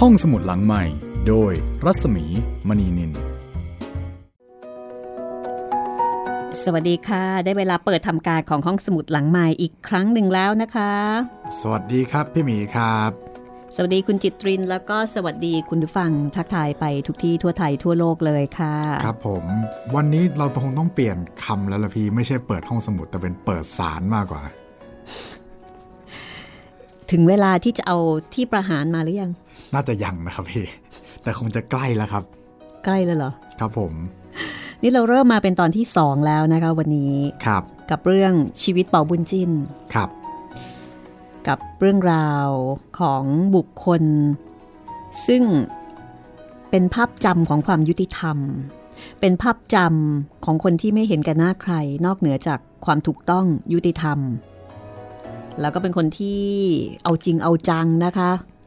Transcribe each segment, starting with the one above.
ห้องสมุดหลังใหม่โดยรัศมีมณีนินสวัสดีค่ะได้เวลาเปิดทำการของห้องสมุดหลังใหม่อีกครั้งหนึ่งแล้วนะคะสวัสดีครับพี่หมีครับสวัสดีคุณจิตรินแล้วก็สวัสดีคุณผู้ฟังทักทายไปทุกที่ทั่วไทยทั่วโลกเลยค่ะครับผมวันนี้เราคงต้องเปลี่ยนคำแล้วล่ะพี่ไม่ใช่เปิดห้องสมุดแต่เป็นเปิดศาลมากกว่าถึงเวลาที่จะเอาที่ประหารมาหรือยังน่าจะยังนะครับพี่แต่คงจะใกล้แล้วครับใกล้แล้วเหรอครับผมนี่เราเริ่มมาเป็นตอนที่2แล้วนะคะวันนี้ครับกับเรื่องชีวิตเปาบุญจิ้นครับกับเรื่องราวของบุคคลซึ่งเป็นภาพจำของความยุติธรรมเป็นภาพจำของคนที่ไม่เห็นแก่หน้าใครนอกเหนือจากความถูกต้องยุติธรรมแล้วก็เป็นคนที่เอาจริงเอาจังนะคะ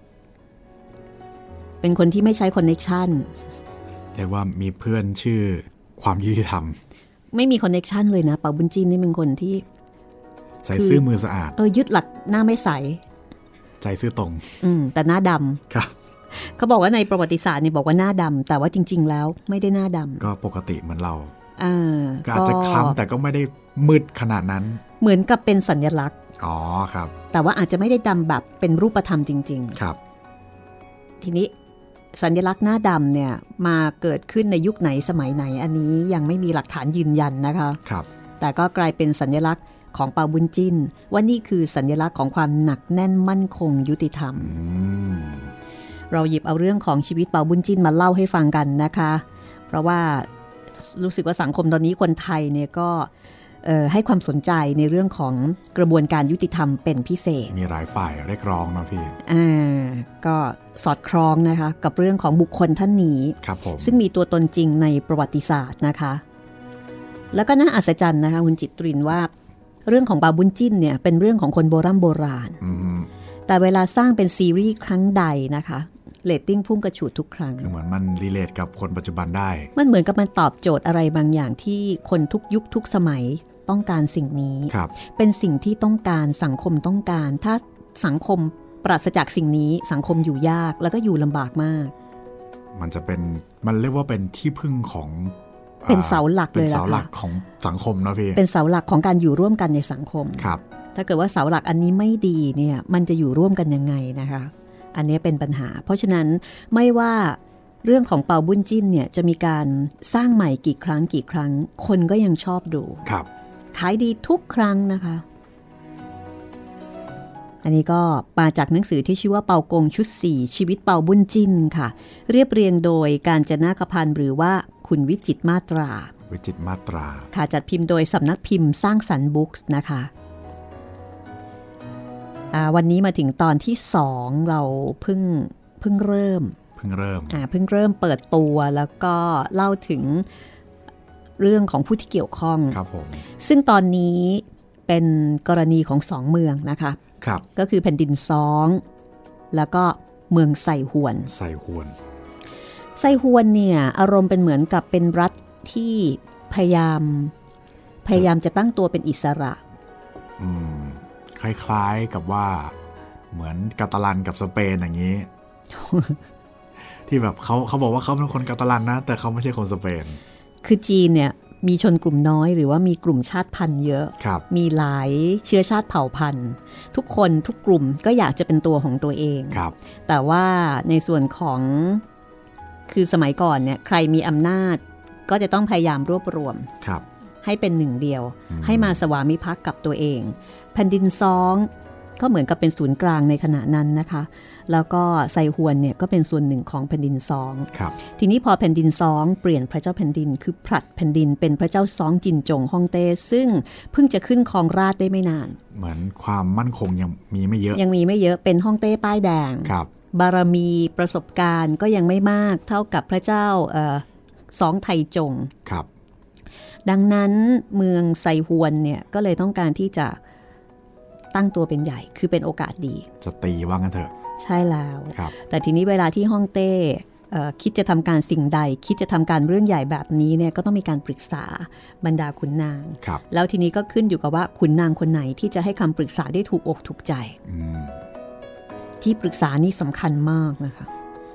เป็นคนที่ไม่ใช้คอนเนคชั่นเรียกว่ามีเพื่อนชื่อความยุติธรรมไม่มีคอนเนคชั่นเลยนะเปาบุญจิ้นนี่เป็นคนที่ใส่ซื่อมือสะอาดยึดหลักหน้าไม่ใสใจซื่อตรงแต่หน้าดำครับเขาบอกว่าในประวัติศาสตร์เนี่ยบอกว่าหน้าดำแต่ว่าจริงๆแล้วไม่ได้หน้าดำก็ปกติเหมือนเราก็อาจจะคล้ำแต่ก็ไม่ได้มืดขนาดนั้นเหมือนกับเป็นสัญลักษณ์อ๋อครับแต่ว่าอาจจะไม่ได้ดำแบบเป็นรูปธรรมจริงๆครับทีนี้สัญลักษณ์หน้าดำเนี่ยมาเกิดขึ้นในยุคไหนสมัยไหนอันนี้ยังไม่มีหลักฐานยืนยันนะคะครับแต่ก็กลายเป็นสัญลักษณ์ของเปาบุญจิ้นว่านี่คือสัญลักษณ์ของความหนักแน่นมั่นคงยุติธรรมเราหยิบเอาเรื่องของชีวิตเปาบุญจิ้นมาเล่าให้ฟังกันนะคะเพราะว่ารู้สึกว่าสังคมตอนนี้คนไทยเนี่ยก็ให้ความสนใจในเรื่องของกระบวนการยุติธรรมเป็นพิเศษมีหลายฝ่ายเรียกร้องนะพี่ก็สอดคล้องนะคะกับเรื่องของบุคคลท่านนี้ครับผมซึ่งมีตัวตนจริงในประวัติศาสตร์นะคะแล้วก็น่าอัศจรรย์นะคะคุณจิตรินว่าเรื่องของเปาบุญจิ้นเนี่ยเป็นเรื่องของคนโบราณแต่เวลาสร้างเป็นซีรีส์ครั้งใดนะคะเรตติ้งพุ่งกระฉูดทุกครั้งคือเหมือนมันรีเลทกับคนปัจจุบันได้มันเหมือนกับมันตอบโจทย์อะไรบางอย่างที่คนทุกยุคทุกสมัยต้องการสิ่งนี้เป็นสิ่งที่ต้องการสังคมต้องการถ้าสังคมปราศจากสิ่งนี้สังคมอยู่ยากแล้วก็อยู่ลำบากมากมันจะเป็นมันเรียกว่าเป็นที่พึ่งของเป็นเสาหลักเลยเป็นเสาหลักของสังคมนะพี่เป็นเสาหลักของการอยู่ร่วมกันในสังคมครับถ้าเกิดว่าเสาหลักอันนี้ไม่ดีเนี่ยมันจะอยู่ร่วมกันยังไงนะคะอันนี้เป็นปัญหาเพราะฉะนั้นไม่ว่าเรื่องของเปาบุญจิ้นเนี่ยจะมีการสร้างใหม่กี่ครั้งคนก็ยังชอบดูครับขายดีทุกครั้งนะคะอันนี้ก็มาจากหนังสือที่ชื่อว่าเปากงชุด4ชีวิตเปาบุญจิ้นค่ะเรียบเรียงโดยกาญจนาคพันธ์หรือว่าคุณวิจิตรมาตราค่ะจัดพิมพ์โดยสำนักพิมพ์สร้างสรรค์บุ๊กส์นะคะวันนี้มาถึงตอนที่2เราเพิ่งเริ่มเปิดตัวแล้วก็เล่าถึงเรื่องของผู้ที่เกี่ยวข้องครับผมซึ่งตอนนี้เป็นกรณีของ2เมืองนะคะครับก็คือแผ่นดินซ้องแล้วก็เมืองไซฮวนเนี่ยอารมณ์เป็นเหมือนกับเป็นรัฐที่พยายามจะตั้งตัวเป็นอิสระคล้ายๆกับว่าเหมือนกาตาลันกับสเปนอย่างนี้ ที่แบบเขาบอกว่าเขาเป็นคนกาตาลันนะแต่เขาไม่ใช่คนสเปนคือจีนเนี่ยมีชนกลุ่มน้อยหรือว่ามีกลุ่มชาติพันธุ์เยอะมีหลายเชื้อชาติเผ่าพันธุ์ทุกคนทุกกลุ่มก็อยากจะเป็นตัวของตัวเองแต่ว่าในส่วนของคือสมัยก่อนเนี่ยใครมีอำนาจก็จะต้องพยายามรวบรวมให้เป็นหนึ่งเดียวให้มาสวามิภักดิ์กับตัวเองแผ่นดินซ้องก็เหมือนกับเป็นศูนย์กลางในขณะนั้นนะคะแล้วก็ไซฮวนเนี่ยก็เป็นส่วนหนึ่งของแผ่นดินซ้องทีนี้พอแผ่นดินซ้องเปลี่ยนพระเจ้าแผ่นดินคือผลัดแผ่นดินเป็นพระเจ้าซ้องจินจงฮ่องเต้ซึ่งเพิ่งจะขึ้นครองราชย์ได้ไม่นานเหมือนความมั่นคงยังมีไม่เยอะเป็นฮ่องเต้ป้ายแดงบารมีประสบการณ์ก็ยังไม่มากเท่ากับพระเจ้าซ้องไทจงดังนั้นเมืองไซฮวนเนี่ยก็เลยต้องการที่จะตั้งตัวเป็นใหญ่คือเป็นโอกาสดีจะตีว่างั้นเถอะใช่แล้วแต่ทีนี้เวลาที่ฮ่องเต้คิดจะทำการสิ่งใดคิดจะทำการเรื่องใหญ่แบบนี้เนี่ยก็ต้องมีการปรึกษาบรรดาขุนนางแล้วทีนี้ก็ขึ้นอยู่กับว่าขุนนางคนไหนที่จะให้คำปรึกษาได้ถูกอกถูกใจที่ปรึกษานี่สำคัญมากนะคะ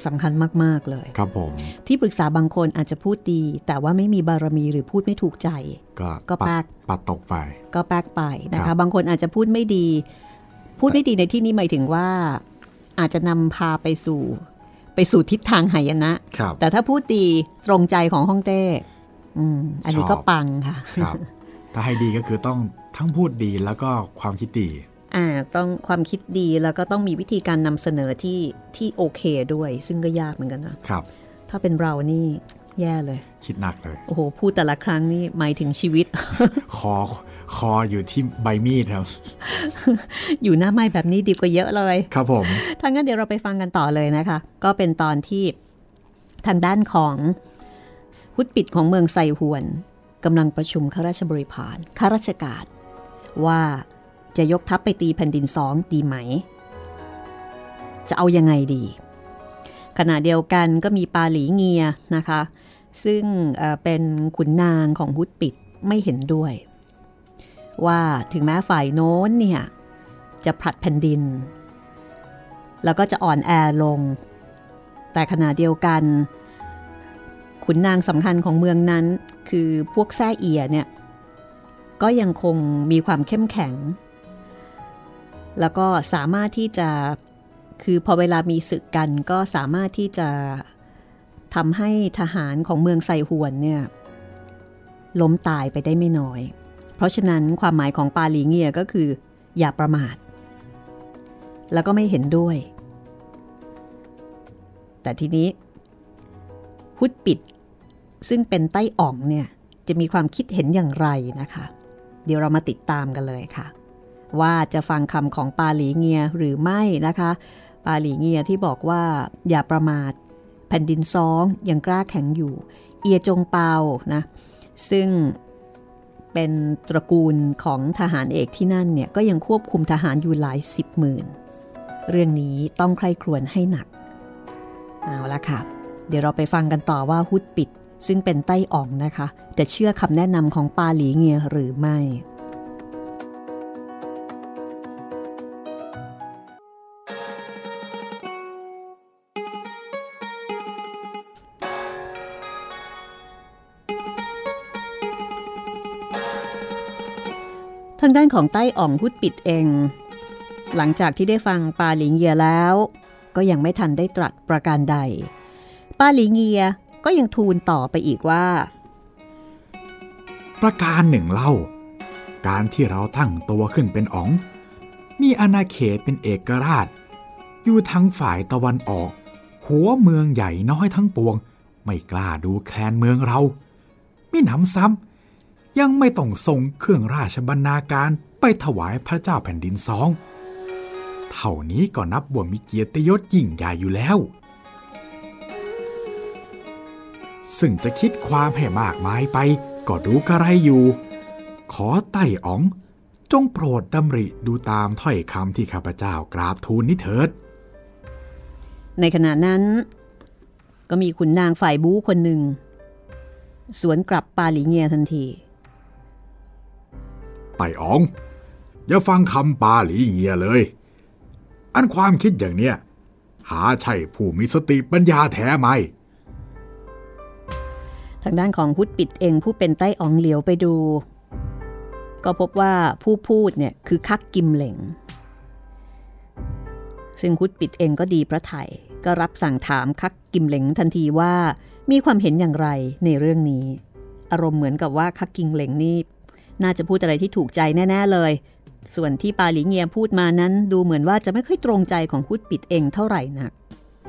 สำคัญมากๆเลยครับผมที่ปรึกษาบางคนอาจจะพูดดีแต่ว่าไม่มีบารมีหรือพูดไม่ถูกใจก็แป๊กปัดตกไปก็แป๊กไปนะคะบางคนอาจจะพูดไม่ดีในที่นี้หมายถึงว่าอาจจะนำพาไปสู่ทิศทางหายนะแต่ถ้าพูดดีตรงใจของฮ่องเต้อันนี้ก็ปังค่ะถ้าให้ดีก็คือต้องทั้งพูดดีแล้วก็ความคิดดีต้องความคิดดีแล้วก็ต้องมีวิธีการนำเสนอที่โอเคด้วยซึ่งก็ยากเหมือนกันนะครับถ้าเป็นเรานี่แย่เลยคิดหนักเลยโอ้โหพูดแต่ละครั้งนี่หมายถึงชีวิตคออยู่ที่ใบมีดครับอยู่หน้าไม้แบบนี้ดีกว่าเยอะเลยครับผมถ้างั้นเดี๋ยวเราไปฟังกันต่อเลยนะคะก็เป็นตอนที่ทางด้านของฮุดปิดของเมืองไซฮวนกำลังประชุมข้าราชบริพารข้าราชการว่าจะยกทัพไปตีแผ่นดิน2ดีไหมจะเอายังไงดีขณะเดียวกันก็มีปาหลีเงียนะคะซึ่งเป็นขุนนางของฮุดปิดไม่เห็นด้วยว่าถึงแม้ฝ่ายโน้นเนี่ยจะผลัดแผ่นดินแล้วก็จะอ่อนแอลงแต่ขณะเดียวกันขุนนางสำคัญของเมืองนั้นคือพวกแซ่เอียเนี่ยก็ยังคงมีความเข้มแข็งแล้วก็สามารถที่จะคือพอเวลามีศึกกันก็สามารถที่จะทำให้ทหารของเมืองไซฮวนเนี่ยล้มตายไปได้ไม่น้อยเพราะฉะนั้นความหมายของปาหลีเงียก็คืออย่าประมาทแล้วก็ไม่เห็นด้วยแต่ทีนี้ฮุดปิดซึ่งเป็นไต้อ๋องเนี่ยจะมีความคิดเห็นอย่างไรนะคะเดี๋ยวเรามาติดตามกันเลยค่ะว่าจะฟังคำของปาหลีเงียหรือไม่นะคะปาหลีเงียที่บอกว่าอย่าประมาทแผ่นดิน2ยังกล้าแข็งอยู่เอียจงเปานะซึ่งเป็นตระกูลของทหารเอกที่นั่นเนี่ยก็ยังควบคุมทหารอยู่หลาย10หมื่นเรื่องนี้ต้องใคร่ครวญให้หนักเอาละค่ะเดี๋ยวเราไปฟังกันต่อว่าฮุดปิดซึ่งเป็นไต้อ๋องนะคะจะเชื่อคำแนะนำของปาหลีเงียหรือไม่ทางด้านของไต้อ๋องฮุดปิดเองหลังจากที่ได้ฟังปาหลีเงียแล้วก็ยังไม่ทันได้ตรัสประการใดปาหลีเงียก็ยังทูลต่อไปอีกว่าประการหนึ่งเล่าการที่เราตั้งตัวขึ้นเป็นอ๋องมีอาณาเขตเป็นเอกราชอยู่ทางฝ่ายตะวันออกหัวเมืองใหญ่น้อยทั้งปวงไม่กล้าดูแคลนเมืองเรามิหนำซ้ำยังไม่ต้องส่งเครื่องราชบรรณาการไปถวายพระเจ้าแผ่นดิน2เท่านี้ก็นับว่ามีเกียรติยศยิ่งใหญ่อยู่แล้วซึ่งจะคิดความให้มากมายไปก็ดูกระไรอยู่ขอไต้อ๋องจงโปรดดำริดูตามถ้อยคำที่ข้าพเจ้ากราบทูลนี้เถิดในขณะนั้นก็มีขุนนางฝ่ายบู๊คนหนึ่งสวนกลับปาหลีเงียทันทีไต้อ๋องอย่าฟังคำปาหลีเงียเลยอันความคิดอย่างเนี้ยหาใช่ผู้มีสติปัญญาแท้ไหมทางด้านของฮุดปิดเองผู้เป็นไต้อ๋องเหลียวไปดูก็พบว่าผู้พูดเนี่ยคือคักกิมเหลงซึ่งฮุดปิดเองก็ดีพระทัยก็รับสั่งถามคักกิมเหลงทันทีว่ามีความเห็นอย่างไรในเรื่องนี้อารมณ์เหมือนกับว่าคักกิมเหลงนี่น่าจะพูดอะไรที่ถูกใจแน่ๆเลยส่วนที่ปาหลีเงียพูดมานั้นดูเหมือนว่าจะไม่ค่อยตรงใจของฮุดปิดเองเท่าไหร่นัก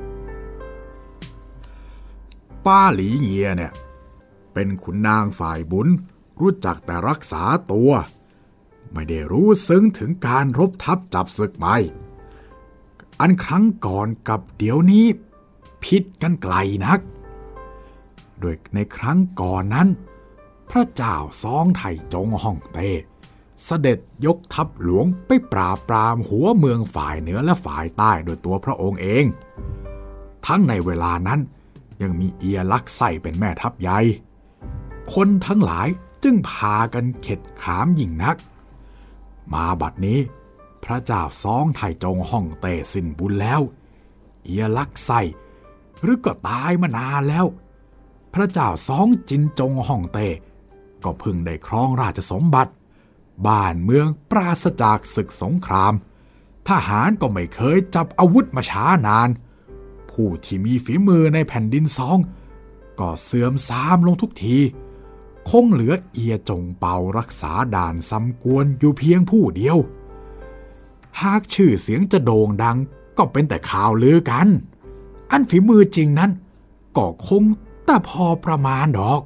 ปาหลีเงียเนี่ยเป็นขุนนางฝ่ายบุญรู้จักแต่รักษาตัวไม่ได้รู้ซึ้งถึงการรบทัพจับศึกไหมอันครั้งก่อนกับเดี๋ยวนี้ผิดกันไกลนักโดยในครั้งก่อนนั้นพระเจ้าซองไถจงฮ่องเต้เสด็จยกทัพหลวงไปปราบปรามหัวเมืองฝ่ายเหนือและฝ่ายใต้โดยตัวพระองค์เองทั้งในเวลานั้นยังมีเอียลักไส้เป็นแม่ทัพใหญ่คนทั้งหลายจึงพากันเข็ดขามยิ่งนักมาบัดนี้พระเจ้าซองไถจงฮ่องเต้สิ้นบุญแล้วเอียลักไส้หรือก็ตายมานานแล้วพระเจ้าซองจินจงฮ่องเต้ก็เพิ่งได้ครองราชสมบัติบ้านเมืองปราศจากศึกสงครามทหารก็ไม่เคยจับอาวุธมาช้านานผู้ที่มีฝีมือในแผ่นดินซองก็เสื่อมทรามลงทุกทีคงเหลือเอียจงเปารักษาด่านซ้ำกวนอยู่เพียงผู้เดียวหากชื่อเสียงจะโด่งดังก็เป็นแต่ข่าวลือกันอันฝีมือจริงนั้นก็คงแต่พอประมาณดอก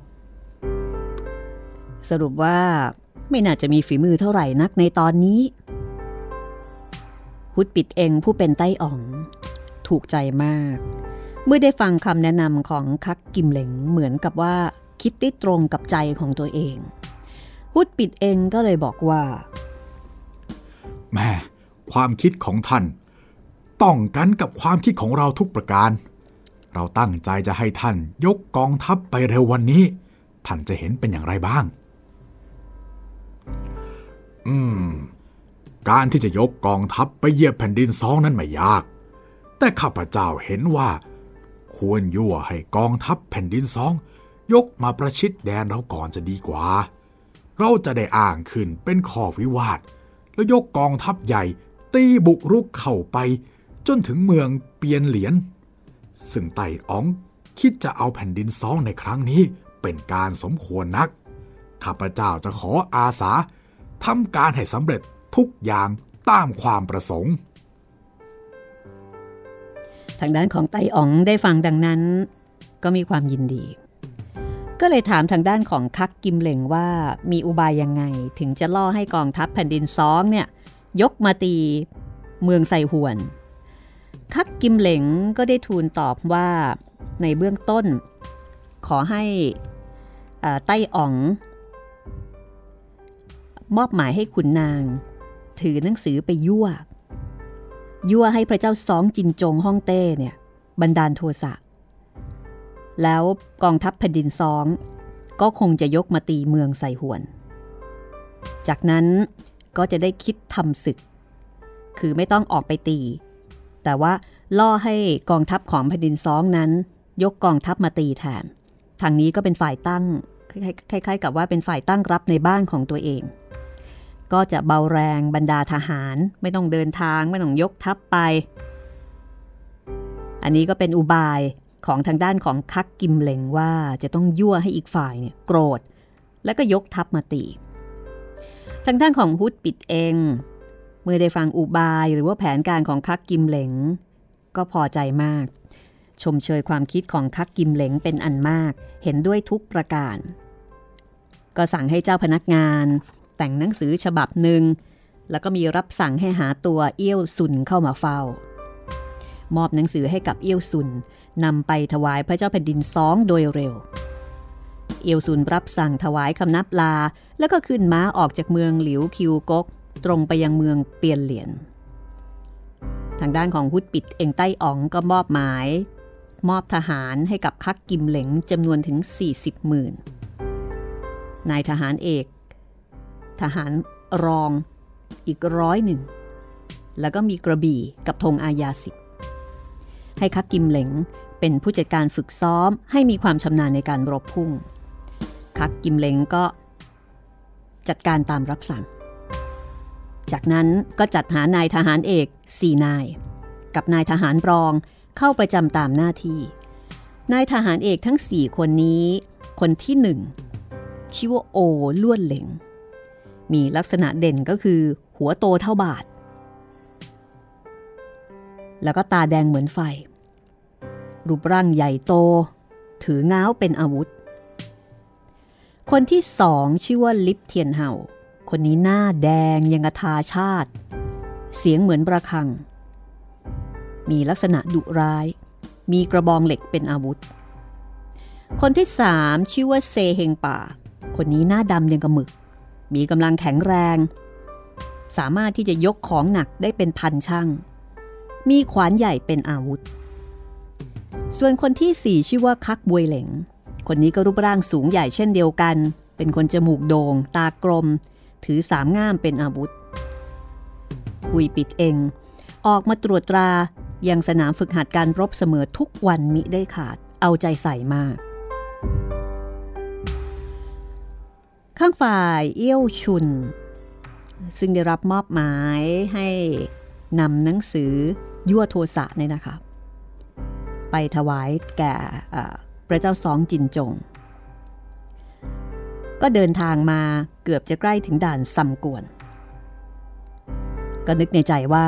สรุปว่าไม่น่าจะมีฝีมือเท่าไหร่นักในตอนนี้ฮุดปิดเองผู้เป็นไต้อ๋องถูกใจมากเมื่อได้ฟังคำแนะนำของคักกิมเหลงเหมือนกับว่าคิดได้ตรงกับใจของตัวเองฮุดปิดเองก็เลยบอกว่าแม่ความคิดของท่านต้องกันกับความคิดของเราทุกประการเราตั้งใจจะให้ท่านยกกองทัพไปเร็ววันนี้ท่านจะเห็นเป็นอย่างไรบ้างการที่จะยกกองทัพไปเหยียบแผ่นดินซองนั้นไม่ยากแต่ข้าพเจ้าเห็นว่าควรยั่วให้กองทัพแผ่นดินซองยกมาประชิดแดนเราก่อนจะดีกว่าเราจะได้อ้างขึ้นเป็นข้อวิวาทแล้วยกกองทัพใหญ่ตีบุกรุกเข้าไปจนถึงเมืองเปียนเหลียนซึ่งไต่อ๋องคิดจะเอาแผ่นดินซองในครั้งนี้เป็นการสมควรนักข้าพเจ้าจะขออาสาทำการให้สำเร็จทุกอย่างตามความประสงค์ทางด้านของไต้อ๋องได้ฟังดังนั้นก็มีความยินดีก็เลยถามทางด้านของคักกิมเหลงว่ามีอุบายยังไงถึงจะล่อให้กองทัพแผ่นดินซองเนี่ยยกมาตีเมืองไซฮวนคักกิมเหลงก็ได้ทูลตอบว่าในเบื้องต้นขอให้ไต้อ๋องมอบหมายให้ขุนนางถือหนังสือไปยั่วให้พระเจ้าซองจินจงฮ่องเต้เนี่ยบันดาลโทสะแล้วกองทัพแผ่นดินซองก็คงจะยกมาตีเมืองไซฮวนจากนั้นก็จะได้คิดทำศึกคือไม่ต้องออกไปตีแต่ว่าล่อให้กองทัพของแผ่นดินซองนั้นยกกองทัพมาตีแทนทางนี้ก็เป็นฝ่ายตั้งคล้ายๆกับว่าเป็นฝ่ายตั้งรับในบ้านของตัวเองก็จะเบาแรงบรรดาทหารไม่ต้องเดินทางไม่ต้องยกทัพไปอันนี้ก็เป็นอุบายของทางด้านของคักกิมเหลงว่าจะต้องยั่วให้อีกฝ่ายเนี่ยโกรธแล้วก็ยกทัพมาตีทางด้านของฮุดปิดเองเมื่อได้ฟังอุบายหรือว่าแผนการของคักกิมเหลงก็พอใจมากชมเชยความคิดของคักกิมเหลงเป็นอันมากเห็นด้วยทุกประการก็สั่งให้เจ้าพนักงานแต่งหนังสือฉบับหนึ่งแล้วก็มีรับสั่งให้หาตัวเอี้ยวซุนเข้ามาเฝ้ามอบหนังสือให้กับเอี้ยวซุนนำไปถวายพระเจ้าแผ่นดินซองโดยเร็วเอี้ยวซุนรับสั่งถวายคำนับลาแล้วก็ขึ้นม้าออกจากเมืองหลิวคิวกกตรงไปยังเมืองเปียนเหลียนทางด้านของฮุดปิดเองไต้อ๋องก็มอบทหารให้กับคักกิมเหลงจำนวนถึง 40,000 นายทหารเอกทหารรองอีก100แล้วก็มีกระบี่กับธงอาญาสิทธิ์ให้คักกิมเหลงเป็นผู้จัดการฝึกซ้อมให้มีความชำนาญในการรบพุ่งคักกิมเหลงก็จัดการตามรับสั่งจากนั้นก็จัดหานายทหารเอก4นายกับนายทหารรองเข้าประจำตามหน้าที่นายทหารเอกทั้ง4คนนี้คนที่1ชื่อว่าโอล้วนเหลงมีลักษณะเด่นก็คือหัวโตเท่าบาทแล้วก็ตาแดงเหมือนไฟรูปร่างใหญ่โตถือง้าวเป็นอาวุธคนที่2ชื่อว่าลิปเทียนเห่าคนนี้หน้าแดงยังกะทาชาติเสียงเหมือนประฆังมีลักษณะดุร้ายมีกระบองเหล็กเป็นอาวุธคนที่3ชื่อว่าเซเฮงป่าคนนี้หน้าดำยังกระหมึกมีกำลังแข็งแรงสามารถที่จะยกของหนักได้เป็นพันช่างมีขวานใหญ่เป็นอาวุธส่วนคนที่4ชื่อว่าคักบวยเหลงคนนี้ก็รูปร่างสูงใหญ่เช่นเดียวกันเป็นคนจมูกโด่งตากลมถือ3ง่ามเป็นอาวุธหุยปิดเองออกมาตรวจตรายังสนามฝึกหัดการรบเสมอทุกวันมิได้ขาดเอาใจใส่มากข้างฝ่ายเอี้ยวชุนซึ่งได้รับมอบหมายให้นำหนังสือยั่วโทสะเนี่ยนะคะไปถวายแก่พระเจ้าซองจินจงก็เดินทางมาเกือบจะใกล้ถึงด่านซัมกวนก็นึกในใจว่า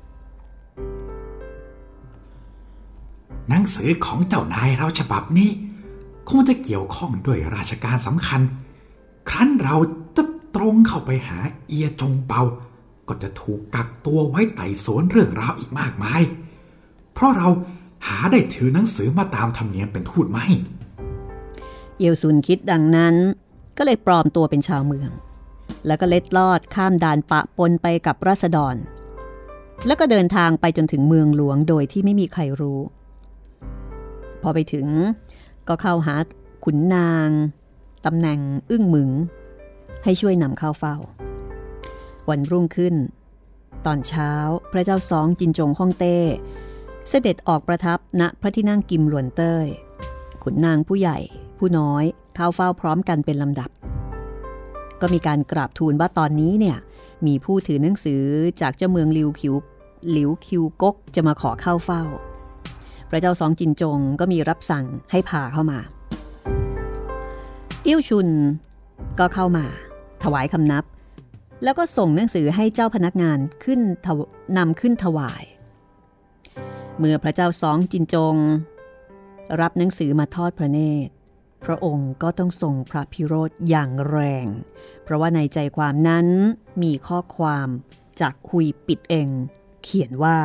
หนังสือของเจ้านายเราฉบับนี้คงจะเกี่ยวข้องด้วยราชการสำคัญครั้นเราจะตรงเข้าไปหาเอียจงเปาก็จะถูกกักตัวไว้ไต่สวนเรื่องราวอีกมากมายเพราะเราหาได้ถือหนังสือมาตามธรรมเนียมเป็นทูตไหมเอียวซุนคิดดังนั้นก็เลยปลอมตัวเป็นชาวเมืองแล้วก็เล็ดลอดข้ามด่านปะปนไปกับราษฎรแล้วก็เดินทางไปจนถึงเมืองหลวงโดยที่ไม่มีใครรู้พอไปถึงก็เข้าหาขุนนางตำแหน่งอึ้งหมึงให้ช่วยนำเข้าเฝ้าวันรุ่งขึ้นตอนเช้าพระเจ้าซองจินจงฮ่องเต้เสด็จออกประทับณพระที่นั่งกิมหลวนเต้ยขุนนางผู้ใหญ่ผู้น้อยเข้าเฝ้าพร้อมกันเป็นลำดับก็มีการกราบทูลว่าตอนนี้เนี่ยมีผู้ถือหนังสือจากเจ้าเมืองหลิวคิวก๊กจะมาขอเข้าเฝ้าพระเจ้าซองจินจงก็มีรับสั่งให้พาเข้ามาอิ่วชุนก็เข้ามาถวายคำนับแล้วก็ส่งหนังสือให้เจ้าพนักงานนำขึ้นถวายเมื่อพระเจ้าซองจินจงรับหนังสือมาทอดพระเนตรพระองค์ก็ต้องทรงพระพิโรธอย่างแรงเพราะว่าในใจความนั้นมีข้อความจากหุยปิดเองเขียนว่า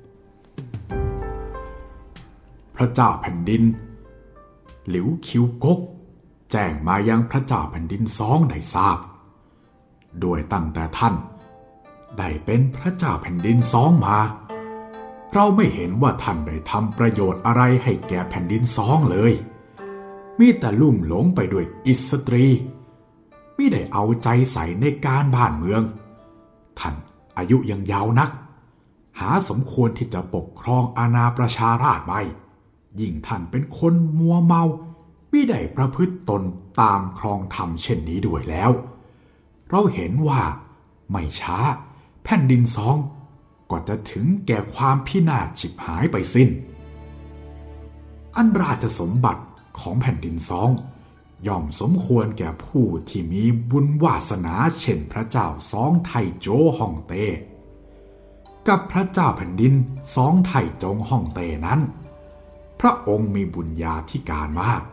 พระเจ้าแผ่นดินหลิวคิวก๊กแจ้งมายังพระเจ้าแผ่นดินซองได้ทราบโดยตั้งแต่ท่านได้เป็นพระเจ้าแผ่นดินซองมาเราไม่เห็นว่าท่านได้ทำประโยชน์อะไรให้แก่แผ่นดินซองเลยมีแต่ลุ่มหลงไปด้วยอิสตรีไม่ได้เอาใจใส่ในการบ้านเมืองท่านอายุยังยาวนักหาสมควรที่จะปกครองอาณาประชาราษฎร์ไม่ยิ่งท่านเป็นคนมัวเมาไม่ได้ประพฤติตนตามครองธรรมเช่นนี้ด้วยแล้วเราเห็นว่าไม่ช้าแผ่นดินซองก็จะถึงแก่ความพินาศฉิบหายไปสิ้นอันราชสมบัติของแผ่นดินซองย่อมสมควรแก่ผู้ที่มีบุญวาสนาเช่นพระเจ้าซองไทโจฮ่องเต้กับพระเจ้าแผ่นดินซองไทจงฮ่องเต้นั้นพระองค์มีบุญญาธิการมาก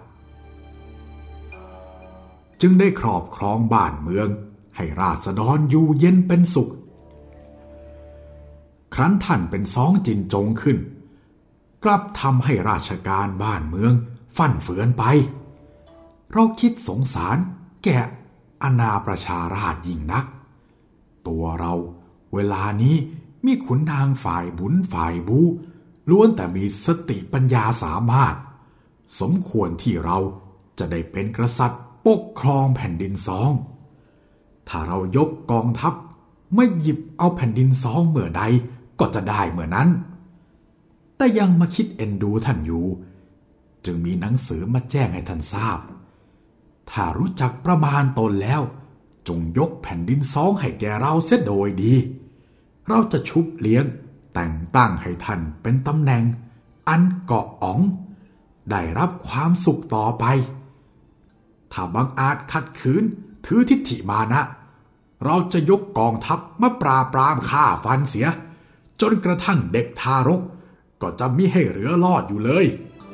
จึงได้ครอบครองบ้านเมืองให้ราษฎรอยู่เย็นเป็นสุขครั้นท่านเป็นซองจินจงขึ้นกลับทำให้ราชการบ้านเมืองฟั่นเฟือนไปเราคิดสงสารแก่อาณาประชาราษฎร์ยิ่งนักตัวเราเวลานี้มีขุนนางฝ่ายบุญฝ่ายบูล้วนแต่มีสติปัญญาสามารถสมควรที่เราจะได้เป็นกษัตริย์ปกครองแผ่นดินซองถ้าเรายกกองทัพไม่หยิบเอาแผ่นดินซองเมื่อใดก็จะได้เมื่อนั้นแต่ยังมาคิดเอ็นดูท่านอยู่จึงมีหนังสือมาแจ้งให้ท่านทราบถ้ารู้จักประมาณตนแล้วจงยกแผ่นดินซองให้แก่เราเสียโดยดีเราจะชุบเลี้ยงแต่งตั้งให้ท่านเป็นตำแหน่งอันเกาะอ๋องได้รับความสุขต่อไปถ้าบังอาจขัดขืนถือทิฏฐิมานะเราจะยกกองทัพมาปราบปรามฆ่าฟันเสียจนกระทั่งเด็กทารกก็จะมิให้เหลือรอดอยู่เลย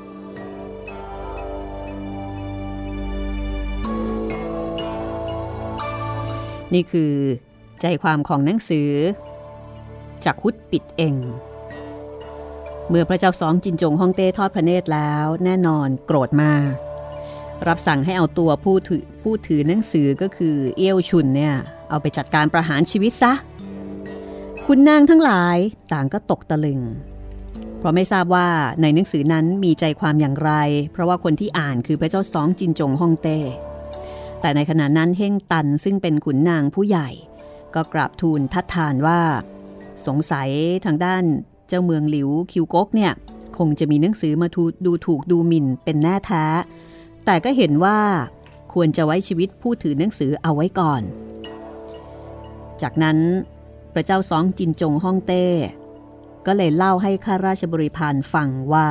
นี่คือใจความของหนังสือจากฮุดปิดเองเมื่อพระเจ้าซองจินจงฮ่องเต้ทอดพระเนตรแล้วแน่นอนโกรธมากรับสั่งให้เอาตัวผู้ถือหนังสือก็คือเอี้ยวชุนเนี่ยเอาไปจัดการประหารชีวิตซะคุณนางทั้งหลายต่างก็ตกตะลึงเพราะไม่ทราบว่าในหนังสือนั้นมีใจความอย่างไรเพราะว่าคนที่อ่านคือพระเจ้าซองจินจงฮ่องเต้แต่ในขณะนั้นเฮ่งตันซึ่งเป็นขุนนางผู้ใหญ่ก็กราบทูลทัดทานว่าสงสัยทางด้านเจ้าเมืองหลิวคิวก๊กเนี่ยคงจะมีหนังสือมาดูถูกดูหมิ่นเป็นแน่แท้แต่ก็เห็นว่าควรจะไว้ชีวิตผู้ถือหนังสือเอาไว้ก่อนจากนั้นพระเจ้าซองจินจงฮ่องเต้ก็เลยเล่าให้ข้าราชบริพารฟังว่า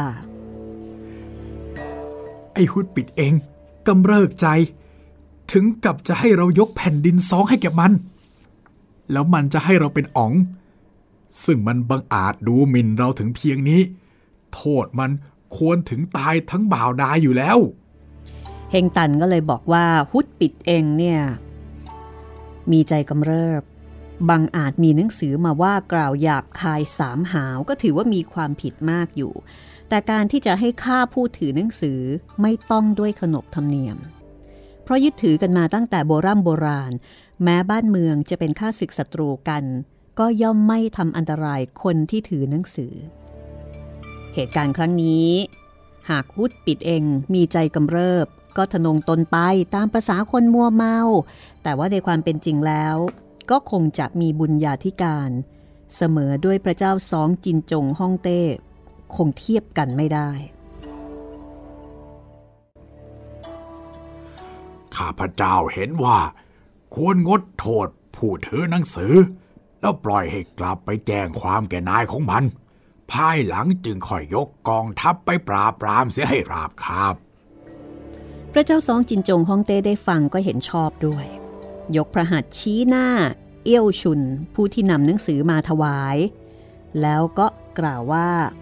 ไอ้ฮุดปิดเองกำเริกใจถึงกับจะให้เรายกแผ่นดินซองให้แก่มันแล้วมันจะให้เราเป็นอ๋องซึ่งมันบังอาจดูหมิ่นเราถึงเพียงนี้โทษมันควรถึงตายทั้งบ่าวดายอยู่แล้วเฮงตันก็เลยบอกว่าฮุดปิดเองเนี่ยมีใจกำเริบบังอาจมีหนังสือมาว่ากล่าวหยาบคายสามหาวก็ถือว่ามีความผิดมากอยู่แต่การที่จะให้ข้าผู้ถือหนังสือไม่ต้องด้วยขนบธรรมเนียมเพราะยึดถือกันมาตั้งแต่โบราณแม้บ้านเมืองจะเป็นข้าศึกศัตรูกันก็ย่อมไม่ทำอันตรายคนที่ถือหนังสือเหตุการณ์ครั้งนี้หากฮุดปิดเองมีใจกำเริบก็ทะนงตนไปตามประสาคนมัวเมาแต่ว่าในความเป็นจริงแล้วก็คงจะมีบุญญาธิการเสมอด้วยพระเจ้าซองจินจงฮ่องเต้คงเทียบกันไม่ได้ข้าพเจ้าเห็นว่าควรงดโทษผู้ถือหนังสือแล้วปล่อยให้กลับไปแจ้งความแก่นายของมันภายหลังจึงค่อยยกกองทัพไปปราบปรามเสียให้ราบคาบพระเจ้าซองจินจงฮ่องเต้ได้ฟังก็เห็นชอบด้วยยกพระหัตถ์ชี้หน้าเอี้ยวชุนผู้ที่นำหนังสือมาถวายแล้วก็กล่าวว่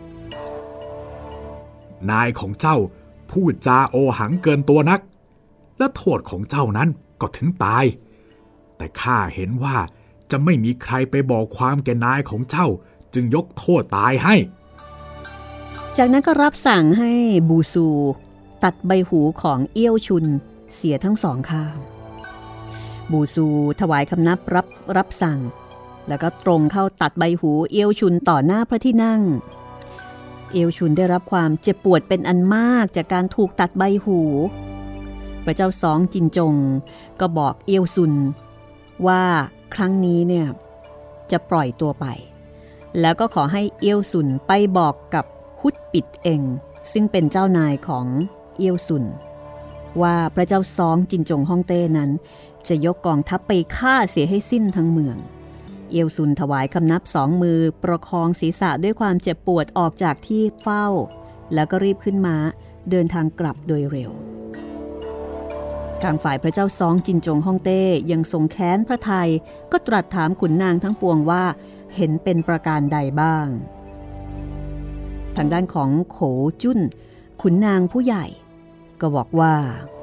านายของเจ้าพูดจาโอหังเกินตัวนักและโทษของเจ้านั้นก็ถึงตายแต่ข้าเห็นว่าจะไม่มีใครไปบอกความแก่นายของเจ้าจึงยกโทษตายให้จากนั้นก็รับสั่งให้บูซูตัดใบหูของเอี้ยวชุนเสียทั้งสองข้างบูซูถวายคำนับรับสั่งแล้วก็ตรงเข้าตัดใบหูเอี้ยวชุนต่อหน้าพระที่นั่งเอี้ยวชุนได้รับความเจ็บปวดเป็นอันมากจากการถูกตัดใบหูพระเจ้าซองจินจงก็บอกเอี้ยวซุนว่าครั้งนี้เนี่ยจะปล่อยตัวไปแล้วก็ขอให้เอี้ยวซุนไปบอกกับฮุดปิดเองซึ่งเป็นเจ้านายของเอี้ยวซุนว่าพระเจ้าซองจินจงฮ่องเต้นั้นจะยกกองทัพไปฆ่าเสียให้สิ้นทั้งเมืองเอี้ยวซุนถวายคำนับสองมือประคองศีรษะด้วยความเจ็บปวดออกจากที่เฝ้าแล้วก็รีบขึ้นม้าเดินทางกลับโดยเร็วทางฝ่ายพระเจ้าซองจินจงฮ่องเต้ยังทรงแค้นพระทัยก็ตรัสถามขุนนางทั้งปวงว่าเห็นเป็นประการใดบ้างทางด้านของโขจุ้นขุนนางผู้ใหญ่ก็บอกว่า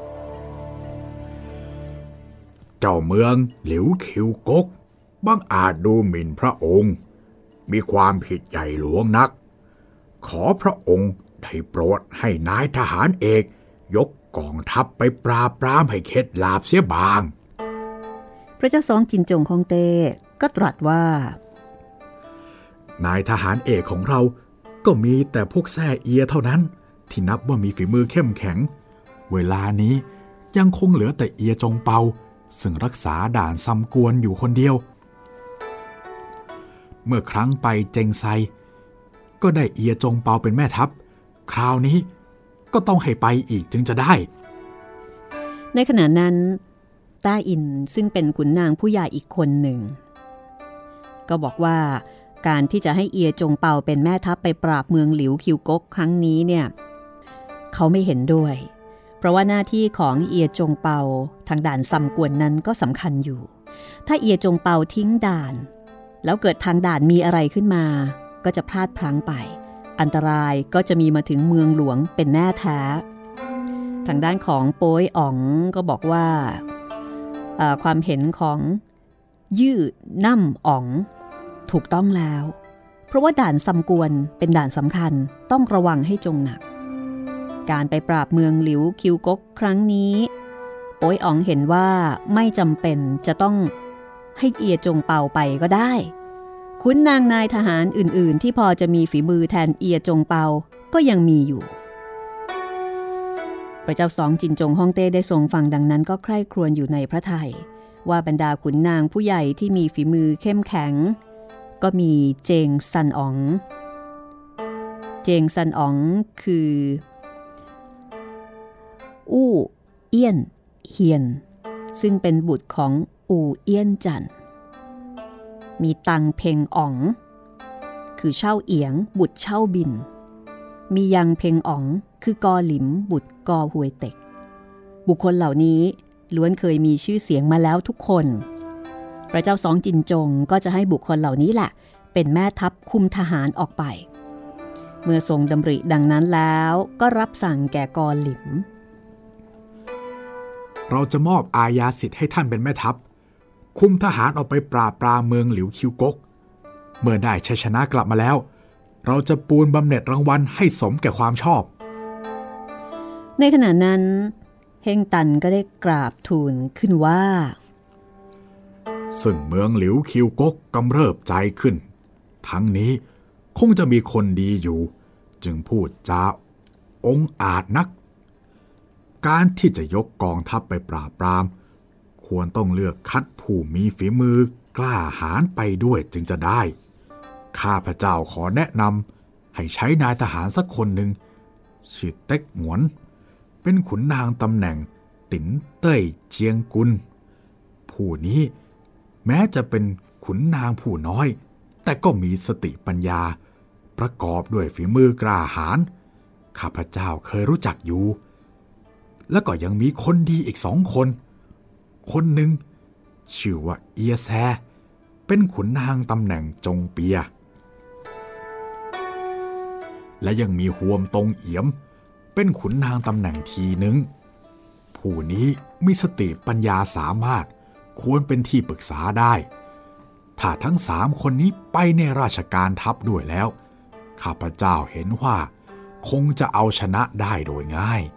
เจ้าเมืองหลิวคิวก๊กบังอาจดูหมิ่นพระองค์มีความผิดใหญ่หลวงนักขอพระองค์ได้โปรดให้นายทหารเอกยกกองทัพไปปราบปรามให้เข็ดหลาบเสียบางพระเจ้าซองจินจงฮ่องเต้ก็ตรัสว่านายทหารเอกของเราก็มีแต่พวกแซ่เอียเท่านั้นที่นับว่ามีฝีมือเข้มแข็งเวลานี้ยังคงเหลือแต่เอียจงเปาซึ่งรักษาด่านซัมกวนอยู่คนเดียวเมื่อครั้งไปเจงไซก็ได้เอียจงเปาเป็นแม่ทัพคราวนี้ก็ต้องให้ไปอีกจึงจะได้ในขณะนั้นต้าอินซึ่งเป็นขุนนางผู้ใหญ่อีกคนหนึ่งก็บอกว่าการที่จะให้เอียจงเปาเป็นแม่ทัพไปปราบเมืองหลิวคิวก๊กครั้งนี้เนี่ยเขาไม่เห็นด้วยเพราะว่าหน้าที่ของเอียจงเปาทางด่านซัมกวนนั้นก็สำคัญอยู่ถ้าเอียจงเปาทิ้งด่านแล้วเกิดทางด่านมีอะไรขึ้นมาก็จะพลาดพลั้งไปอันตรายก็จะมีมาถึงเมืองหลวงเป็นแน่แท้ทางด้านของโป้ยอ๋องก็บอกว่าความเห็นของยื่อน่ำอ๋องถูกต้องแล้วเพราะว่าด่านซัมกวนเป็นด่านสำคัญต้องระวังให้จงหนักการไปปราบเมืองหลิวคิวก๊กครั้งนี้โป้ยอ๋องเห็นว่าไม่จำเป็นจะต้องให้เอียจงเปาไปก็ได้ขุนนางนายทหารอื่นๆที่พอจะมีฝีมือแทนเอียจงเปาก็ยังมีอยู่พระเจ้าซองจินจงฮ่องเต้ได้ทรงฟังดังนั้นก็ใคร่ครวญอยู่ในพระทัยว่าบรรดาขุนนางผู้ใหญ่ที่มีฝีมือเข้มแข็งก็มีเจงซันอ๋องเจงซันอ๋องคืออู้เอี้ยนเฮียนซึ่งเป็นบุตรของอู่เอี้ยนจันมีตังเพ็งอ๋องคือเช่าเอียงบุตรเช่าบินมียังเพ็งอ๋องคือกอหลิมบุตรกอหวยเต็กบุคคลเหล่านี้ล้วนเคยมีชื่อเสียงมาแล้วทุกคนพระเจ้าสองจินจงก็จะให้บุคคลเหล่านี้แหละเป็นแม่ทัพคุมทหารออกไปเมื่อทรงดำริดังนั้นแล้วก็รับสั่งแก่กอหลิมเราจะมอบอาญาสิทธิ์ให้ท่านเป็นแม่ทัพคุมทหารออกไปปราบปรามเมืองหลิวคิวกกเมื่อได้ชัยชนะกลับมาแล้วเราจะปูนบำเหน็จรางวัลให้สมแก่ความชอบในขณะนั้นเฮงตันก็ได้กราบทูลขึ้นว่าซึ่งเมืองหลิวคิวกกกำเริบใจขึ้นทั้งนี้คงจะมีคนดีอยู่จึงพูดจาองอาจนักการที่จะยกกองทัพไปปราบปรามควรต้องเลือกคัดผู้มีฝีมือกล้าหาญไปด้วยจึงจะได้ข้าพเจ้าขอแนะนำให้ใช้นายทหารสักคนหนึ่งชื่อเต็กหงวนเป็นขุนนางตำแหน่งติ๋นเต้ยเจียงกุลผู้นี้แม้จะเป็นขุนนางผู้น้อยแต่ก็มีสติปัญญาประกอบด้วยฝีมือกล้าหาญข้าพเจ้าเคยรู้จักอยู่แล้วก็ยังมีคนดีอีก2 คนคนหนึ่งชื่อว่าเอียแซเป็นขุนนางตำแหน่งจงเปียและยังมีฮวมตงเอี่ยมเป็นขุนนางตำแหน่งทีหนึ่งผู้นี้มีสติปัญญาสามารถควรเป็นที่ปรึกษาได้ถ้าทั้ง3 คนนี้ไปในราชการทัพด้วยแล้วข้าพเจ้าเห็นว่าคงจะเอาชนะได้โดยง่าย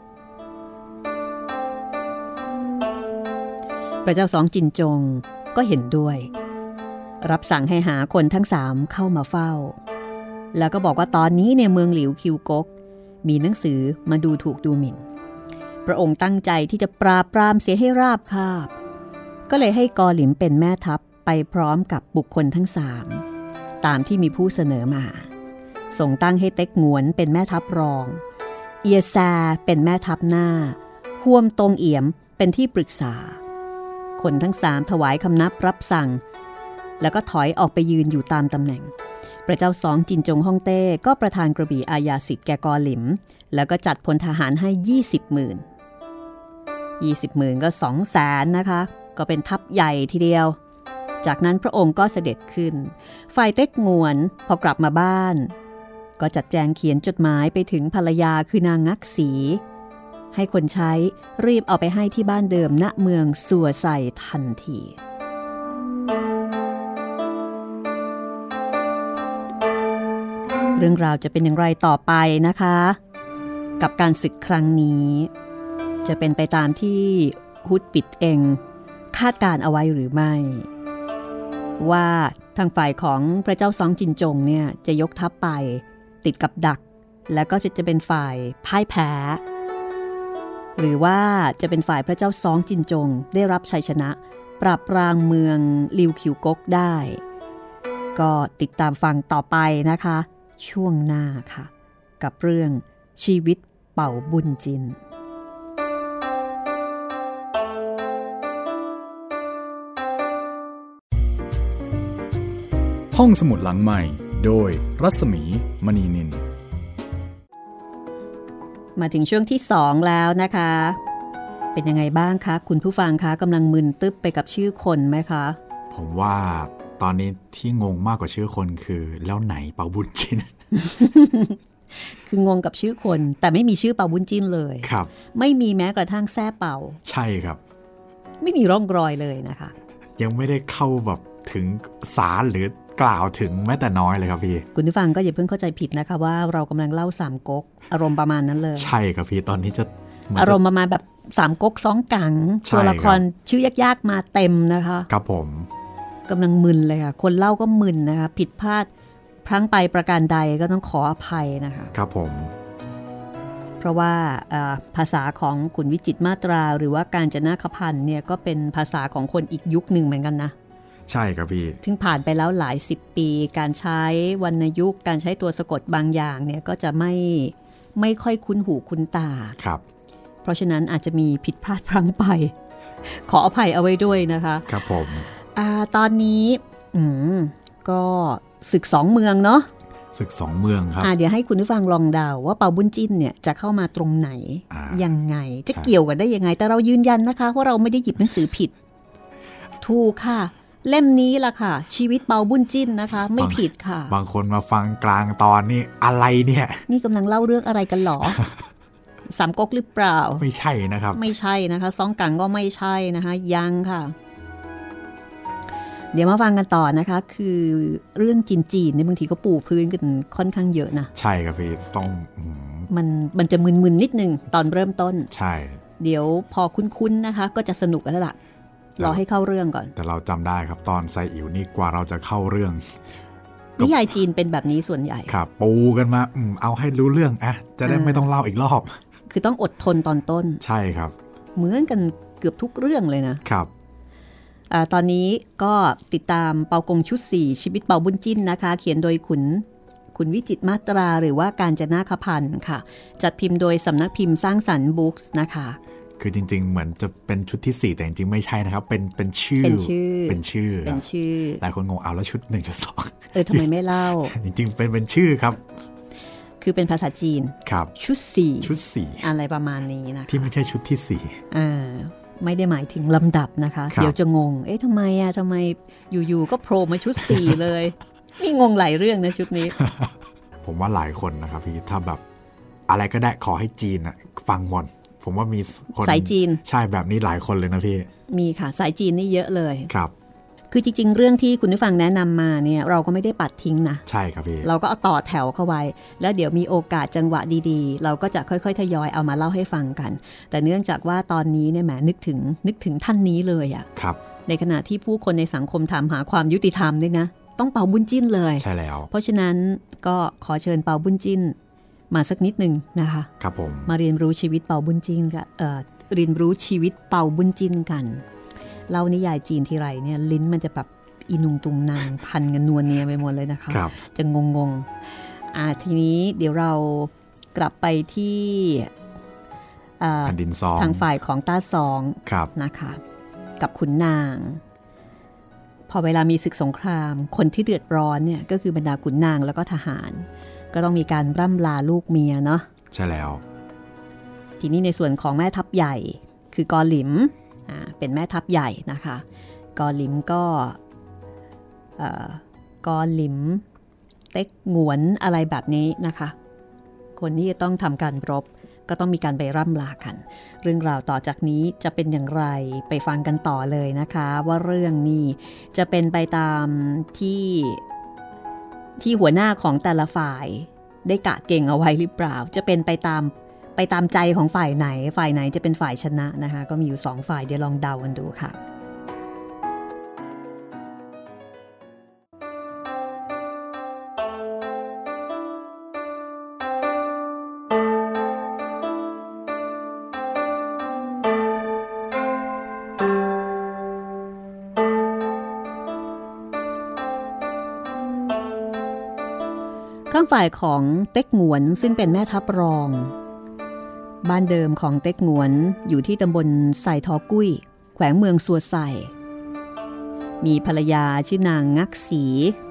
พระเจ้าสองจินจงก็เห็นด้วยรับสั่งให้หาคนทั้ง3เข้ามาเฝ้าแล้วก็บอกว่าตอนนี้ในเมืองหลิวคิวกกมีหนังสือมาดูถูกดูหมิ่นพระองค์ตั้งใจที่จะปราบปรามเสียให้ราบคาบก็เลยให้กอหลิมเป็นแม่ทัพไปพร้อมกับบุคคลทั้ง3ตามที่มีผู้เสนอมาส่งตั้งให้เต็กหงวนเป็นแม่ทัพรองเอียซาเป็นแม่ทัพหน้าฮวมตงเอี่ยมเป็นที่ปรึกษาคนทั้ง3ถวายคำนับรับสั่งแล้วก็ถอยออกไปยืนอยู่ตามตำแหน่งพระเจ้าสองจินจงฮ่องเต้ก็ประทานกระบี่อาญาสิทธิ์แก่กอหลิมแล้วก็จัดพลทหารให้20,000 ก็ 200,000 นะคะก็เป็นทัพใหญ่ทีเดียวจากนั้นพระองค์ก็เสด็จขึ้นฝ่ายเต็กหงวนพอกลับมาบ้านก็จัดแจงเขียนจดหมายไปถึงภรรยาคือนางงักสีให้คนใช้รีบเอาไปให้ที่บ้านเดิมณเมืองสัวไซทันทีเรื่องราวจะเป็นอย่างไรต่อไปนะคะกับการศึกครั้งนี้จะเป็นไปตามที่ฮุดปิดเองคาดการเอาไว้หรือไม่ว่าทางฝ่ายของพระเจ้าซองจินจงเนี่ยจะยกทัพไปติดกับดักแล้วก็จะเป็นฝ่ายพ่ายแพ้หรือว่าจะเป็นฝ่ายพระเจ้าซองจินจงได้รับชัยชนะปราบปรามเมืองลิวคิวกกได้ก็ติดตามฟังต่อไปนะคะช่วงหน้าค่ะกับเรื่องชีวิตเป่าบุญจินห้องสมุดหลังใหม่โดยรัศมีมณีนินมาถึงช่วงที่2แล้วนะคะเป็นยังไงบ้างคะคุณผู้ฟังคะกำลังมึนตึ๊บไปกับชื่อคนไหมคะผมว่าตอนนี้ที่งงมากกว่าชื่อคนคือแล้วไหนเปาบุญจินคืองงกับชื่อคนแต่ไม่มีชื่อเปาบุญจินเลยครับไม่มีแม้กระทั่งแซ่เปาใช่ครับไม่มีร่องรอยเลยนะคะยังไม่ได้เข้าแบบถึงสารหรือกล่าวถึงแม้แต่น้อยเลยครับพี่คุณผู้ฟังก็อย่าเพิ่งเข้าใจผิดนะคะว่าเรากำลังเล่า3ก๊กอารมณ์ประมาณนั้นเลยใช่ครับพี่ตอนนี้จะอารมณ์ประมาณแบบ3ก๊ก2กังตัวละครชื่อยากๆมาเต็มนะคะครับผมกำลังมึนเลยค่ะคนเล่าก็มึนนะคะผิดพลาดพลั้งไปประการใดก็ต้องขออภัยนะคะครับผมเพราะว่าภาษาของขุนวิจิตรมาตราหรือว่าการจนาคพันธ์เนี่ยก็เป็นภาษาของคนอีกยุคหนึ่งเหมือนกันนะใช่ครับพี่ถึงผ่านไปแล้วหลาย10 ปีการใช้วรรณยุกต์การใช้ตัวสะกดบางอย่างเนี่ยก็จะไม่ค่อยคุ้นหูคุ้นตาครับเพราะฉะนั้นอาจจะมีผิดพลาดพลั้งไปขออภัยเอาไว้ด้วยนะคะครับผมตอนนี้ก็ศึก2 เมืองเนาะศึก2 เมืองครับเดี๋ยวให้คุณผู้ฟังลองเดาว่าเปาบุญจิ้นเนี่ยจะเข้ามาตรงไหนยังไงจะเกี่ยวกันได้ยังไงแต่เรายืนยันนะคะว่าเราไม่ได้หยิบหนังสือผิดถูกค่ะเล่มนี้ล่ะค่ะชีวิตเปาบุญจิ้นนะคะไม่ผิดค่ะบางคนมาฟังกลางตอนนี่อะไรเนี่ยนี่กำลังเล่าเรื่องอะไรกันหรอสามก๊กหรือเปล่าไม่ใช่นะครับไม่ใช่นะคะซองกังก็ไม่ใช่นะคะยังค่ะเดี๋ยวมาฟังกันต่อนะคะคือเรื่องจีนเนี่ยบางทีก็ปูพื้นกันค่อนข้างเยอะนะใช่ครับพี่ต้องมันจะมึนๆนิดนึงตอนเริ่มต้นใช่เดี๋ยวพอคุ้นๆนะคะก็จะสนุกแล้วล่ะรอให้เข้าเรื่องก่อนแต่เราจำได้ครับตอนไซอิ๋วนี่กว่าเราจะเข้าเรื่องนิยายจีนเป็นแบบนี้ส่วนใหญ่ครับปูกันมาเอาให้รู้เรื่องจะได้ไม่ต้องเล่าอีกรอบคือต้องอดทนตอนต้นใช่ครับเหมือนกันเกือบทุกเรื่องเลยนะครับตอนนี้ก็ติดตามเปากงชุด4ชีวิตเปาบุญจิ้นนะคะเขียนโดยคุณวิจิตรมาตราหรือว่าการจนาคพันธ์ค่ะจัดพิมพ์โดยสำนักพิมพ์สร้างสรรค์บุ๊กส์นะคะคือจริงๆเหมือนจะเป็นชุดที่4แต่จริงๆไม่ใช่นะครับเป็นชื่อหลายคนงงเอาแล้วชุด 1.2 ทำไมไม่เล่าจริงๆเป็นชื่อครับคือเป็นภาษาจีนครับชุด4อะไรประมาณนี้นะคะที่ไม่ใช่ชุดที่ 4ไม่ได้หมายถึงลำดับนะคะเดี๋ยวจะงงทำไมอยู่ๆก็โผล่มาชุด4เลยนี่งงหลายเรื่องนะชุดนี้ผมว่าหลายคนนะครับพี่ถ้าแบบอะไรก็ได้ขอให้จีนฟังหมดผมว่ามีคนสายจีนใช่แบบนี้หลายคนเลยนะพี่มีค่ะสายจีนนี่เยอะเลยครับคือจริงๆเรื่องที่คุณผู้ฟังแนะนำมาเนี่ยเราก็ไม่ได้ปัดทิ้งนะใช่ครับพี่เราก็เอาต่อแถวเข้าไว้แล้วเดี๋ยวมีโอกาสจังหวะดีๆเราก็จะค่อยๆทยอยเอามาเล่าให้ฟังกันแต่เนื่องจากว่าตอนนี้เนี่ยแหมนึกถึงท่านนี้เลยครับในขณะที่ผู้คนในสังคมถามหาความยุติธรรมเนี่ยนะต้องเปาบุญจิ้นเลยใช่แล้วเพราะฉะนั้นก็ขอเชิญเปาบุญจิ้นมาสักนิดนึงนะคะครับผมมาเรียนรู้ชีวิตเปาบุญจิ้นกันเรียนรู้ชีวิตเปาบุญจิ้นกันเล่านิยายจีนทีไรเนี่ยลิ้นมันจะแบบอีนุงตุงนางพันกันนวลเนียไปหมดเลยนะคะจะงงทีนี้เดี๋ยวเรากลับไปที่แผ่นดินซองทางฝ่ายของต้าซองนะคะกับขุนนางพอเวลามีศึกสงครามคนที่เดือดร้อนเนี่ยก็คือบรรดาขุนนางแล้วก็ทหารก็ต้องมีการร่ำลาลูกเมียเนาะใช่แล้วทีนี้ในส่วนของแม่ทัพใหญ่คือกอหลิมเป็นแม่ทัพใหญ่นะคะกอหลิมก็กอหลิมเต็กหงวนอะไรแบบนี้นะคะคนที่จะต้องทำการรบก็ต้องมีการไปร่ำลากันเรื่องราวต่อจากนี้จะเป็นอย่างไรไปฟังกันต่อเลยนะคะว่าเรื่องนี้จะเป็นไปตามที่หัวหน้าของแต่ละฝ่ายได้กะเก่งเอาไว้หรือเปล่าจะเป็นไปตามใจของฝ่ายไหนจะเป็นฝ่ายชนะนะคะก็มีอยู่2ฝ่ายเดี๋ยวลองเดากันดูค่ะข้างฝ่ายของเต็กหงวนซึ่งเป็นแม่ทัพรองบ้านเดิมของเต็กหงวนอยู่ที่ตำบลไซทอกุ้ยแขวงเมืองซัวไซมีภรรยาชื่อนางงักสี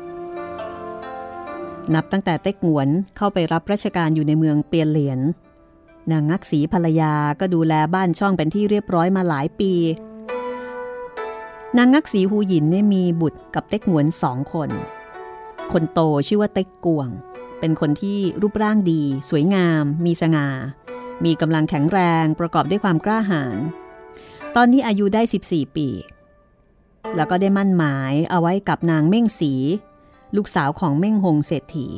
นับตั้งแต่เต็กหงวนเข้าไปรับราชการอยู่ในเมืองเปียนเหลียนนางงักสีภรรยาก็ดูแลบ้านช่องเป็นที่เรียบร้อยมาหลายปีนางงักสีฮูหยินเนี่ยมีบุตรกับเต็กหงวน2 คนคนโตชื่อว่าเต็กกวงเป็นคนที่รูปร่างดีสวยงามมีสง่ามีกำลังแข็งแรงประกอบด้วยความกล้าหาญตอนนี้อายุได้14 ปีแล้วก็ได้มั่นหมายเอาไว้กับนางเม่งสีลูกสาวของเม่งฮงเศรษฐี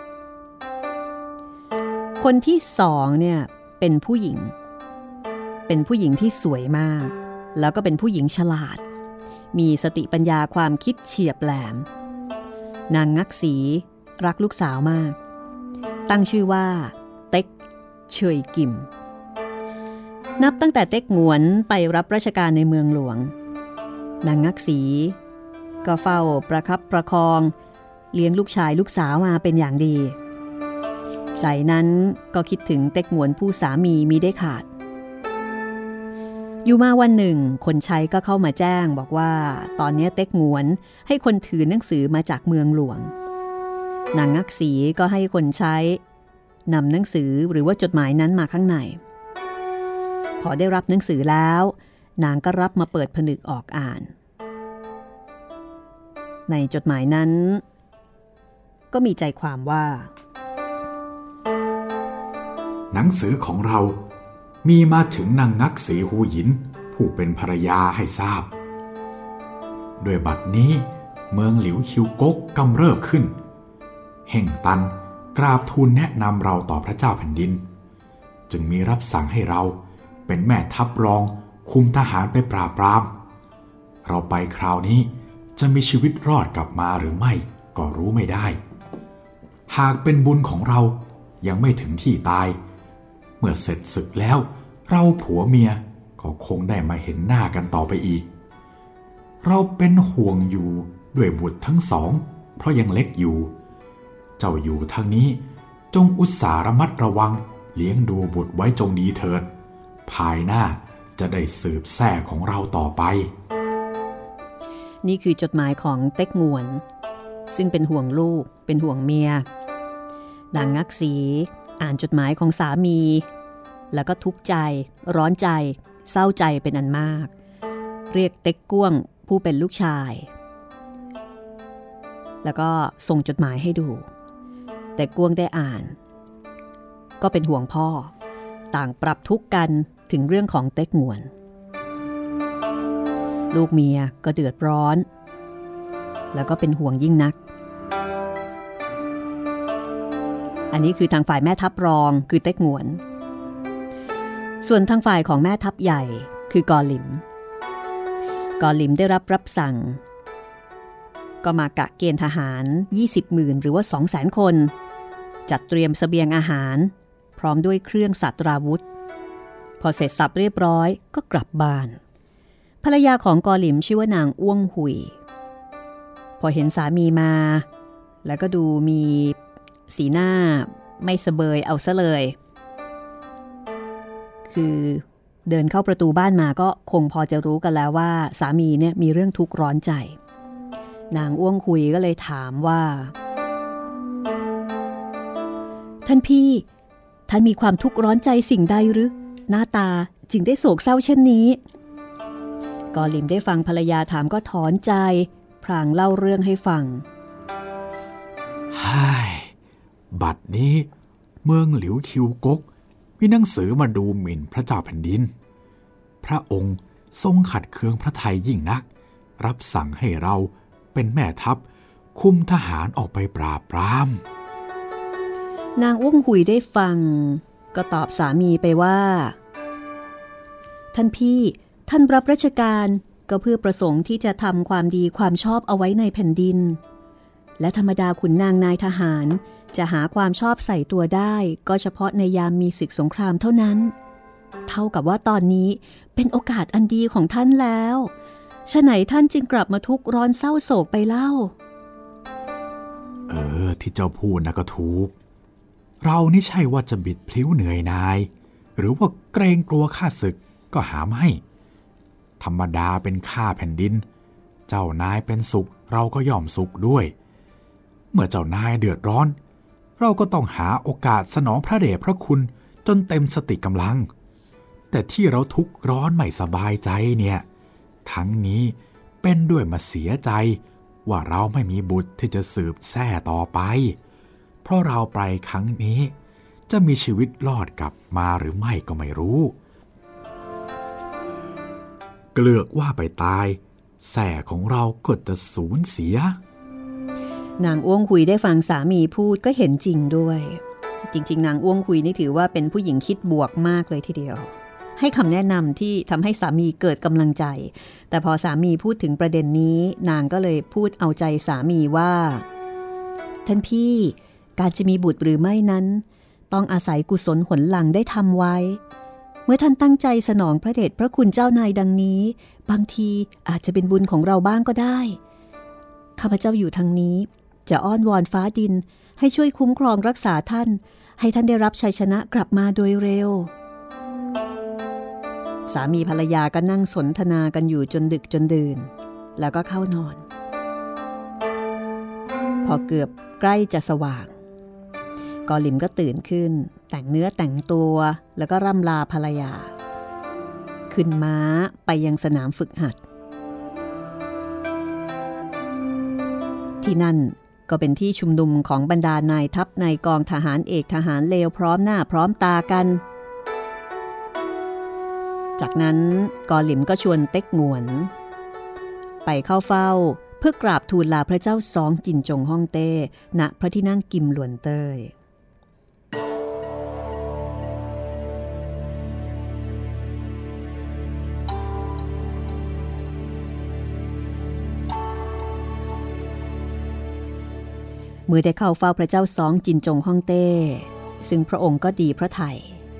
คนที่2เนี่ยเป็นผู้หญิงที่สวยมากแล้วก็เป็นผู้หญิงฉลาดมีสติปัญญาความคิดเฉียบแหลมนางงักสีรักลูกสาวมากตั้งชื่อว่าเต็กเฉยกิมนับตั้งแต่เต็กหงวนไปรับราชการในเมืองหลวงนางงักสีก็เฝ้าประคับประคองเลี้ยงลูกชายลูกสาวมาเป็นอย่างดีใจนั้นก็คิดถึงเต็กหงวนผู้สามีมิได้ขาดอยู่มาวันหนึ่งคนใช้ก็เข้ามาแจ้งบอกว่าตอนนี้เต็กหงวนให้คนถือหนังสือมาจากเมืองหลวงนางงักสีก็ให้คนใช้นำหนังสือหรือว่าจดหมายนั้นมาข้างในพอได้รับหนังสือแล้วนางก็รับมาเปิดผนึกออกอ่านในจดหมายนั้นก็มีใจความว่าหนังสือของเรามีมาถึงนางงักสีหูหยินผู้เป็นภรรยาให้ทราบด้วยบัดนี้เมืองหลิวคิวก๊กกำเริบขึ้นเฮ่งตันกราบทูลแนะนำเราต่อพระเจ้าแผ่นดินจึงมีรับสั่งให้เราเป็นแม่ทัพรองคุมทหารไปปราบปรามเราไปคราวนี้จะมีชีวิตรอดกลับมาหรือไม่ก็รู้ไม่ได้หากเป็นบุญของเรายังไม่ถึงที่ตายเมื่อเสร็จศึกแล้วเราผัวเมียก็คงได้มาเห็นหน้ากันต่อไปอีกเราเป็นห่วงอยู่ด้วยบุตรทั้งสองเพราะยังเล็กอยู่เจ้าอยู่ทางนี้จงอุตส่าห์ระมัดระวังเลี้ยงดูบุตรไว้จงดีเถิดภายหน้าจะได้สืบแท้ของเราต่อไปนี่คือจดหมายของเต็กหงวนซึ่งเป็นห่วงลูกเป็นห่วงเมียนางงักสีอ่านจดหมายของสามีแล้วก็ทุกข์ใจร้อนใจเศร้าใจเป็นอันมากเรียกเต็กก้วงผู้เป็นลูกชายแล้วก็ส่งจดหมายให้ดูแต่ก้วงได้อ่านก็เป็นห่วงพ่อต่างปรับทุกข์กันถึงเรื่องของเต็กหงวนลูกเมียก็เดือดร้อนแล้วก็เป็นห่วงยิ่งนักอันนี้คือทางฝ่ายแม่ทัพรองคือเต็กหงวนส่วนทางฝ่ายของแม่ทัพใหญ่คือกอหลิมได้รับสั่งก็มากะเกณฑ์ทหาร 20,000 หรือว่า 200,000 คนจัดเตรียมเสบียงอาหารพร้อมด้วยเครื่องสัตราวุธพอเสร็จสับเรียบร้อยก็กลับบ้านภรรยาของกอหลิมชื่อว่านางอ้วงหุยพอเห็นสามีมาแล้วก็ดูมีสีหน้าไม่เสบยเอาซะเลยคือเดินเข้าประตูบ้านมาก็คงพอจะรู้กันแล้วว่าสามีเนี่ยมีเรื่องทุกข์ร้อนใจนางอ้วงคุยก็เลยถามว่าท่านพี่ท่านมีความทุกข์ร้อนใจสิ่งใดหรือหน้าตาจึงได้โศกเศร้าเช่นนี้กอหลิมได้ฟังภรรยาถามก็ถอนใจพลางเล่าเรื่องให้ฟังบัดนี้เมืองหลิวคิวก๊กมีหนังสือมาดูหมิ่นพระเจ้าแผ่นดินพระองค์ทรงขัดเคืองพระทัยยิ่งนักรับสั่งให้เราเป็นแม่ทัพคุมทหารออกไปปราบปรามนางอ้วงหุยได้ฟังก็ตอบสามีไปว่าท่านพี่ท่านรับราชการก็เพื่อประสงค์ที่จะทำความดีความชอบเอาไว้ในแผ่นดินและธรรมดาขุนนางนายทหารจะหาความชอบใส่ตัวได้ก็เฉพาะในยามมีศึกสงครามเท่านั้นเท่ากับว่าตอนนี้เป็นโอกาสอันดีของท่านแล้วฉะไหนท่านจึงกลับมาทุกข์ร้อนเศร้าโศกไปเล่าที่เจ้าพูดนะก็ถูกเรานี่ใช่ว่าจะบิดพลิ้วเหนื่อยนายหรือว่าเกรงกลัวข้าศึกก็หาไม่ธรรมดาเป็นข้าแผ่นดินเจ้านายเป็นสุขเราก็ย่อมสุขด้วยเมื่อเจ้านายเดือดร้อนเราก็ต้องหาโอกาสสนองพระเดชพระคุณจนเต็มสติกำลังแต่ที่เราทุกข์ร้อนไม่สบายใจเนี่ยทั้งนี้เป็นด้วยมาเสียใจว่าเราไม่มีบุตรที่จะสืบแท้ต่อไปเพราะเราไปครั้งนี้จะมีชีวิตรอดกลับมาหรือไม่ก็ไม่รู้เกลือกว่าไปตายแท้ของเราก็จะสูญเสียนางอ้วงคุยได้ฟังสามีพูดก็เห็นจริงด้วยจริงๆนางอ้วงคุยนี่ถือว่าเป็นผู้หญิงคิดบวกมากเลยทีเดียวให้คำแนะนำที่ทำให้สามีเกิดกำลังใจแต่พอสามีพูดถึงประเด็นนี้นางก็เลยพูดเอาใจสามีว่าท่านพี่การจะมีบุตรหรือไม่นั้นต้องอาศัยกุศลหนหลังได้ทำไว้เมื่อท่านตั้งใจสนองพระเดชพระคุณเจ้านายดังนี้บางทีอาจจะเป็นบุญของเราบ้างก็ได้ข้าพเจ้าอยู่ทางนี้จะอ้อนวอนฟ้าดินให้ช่วยคุ้มครองรักษาท่านให้ท่านได้รับชัยชนะกลับมาโดยเร็วสามีภรรยาก็นั่งสนทนากันอยู่จนดึกจนดื่นแล้วก็เข้านอนพอเกือบใกล้จะสว่างกอลิมก็ตื่นขึ้นแต่งเนื้อแต่งตัวแล้วก็ร่ำลาภรรยาขึ้นม้าไปยังสนามฝึกหัดที่นั่นก็เป็นที่ชุมนุมของบรรดานายทัพในกองทหารเอกทหารเลวพร้อมหน้าพร้อมตากันจากนั้นกอหลิมก็ชวนเต็กงวนไปเข้าเฝ้าเพื่อกราบทูลลาพระเจ้าซองจินจงฮ่องเต้ณพระที่นั่งกิมหลวนเต้ยเมื่อได้เข้าเฝ้าพระเจ้าซองจินจงฮ่องเต้ซึ่งพระองค์ก็ดีพระทัย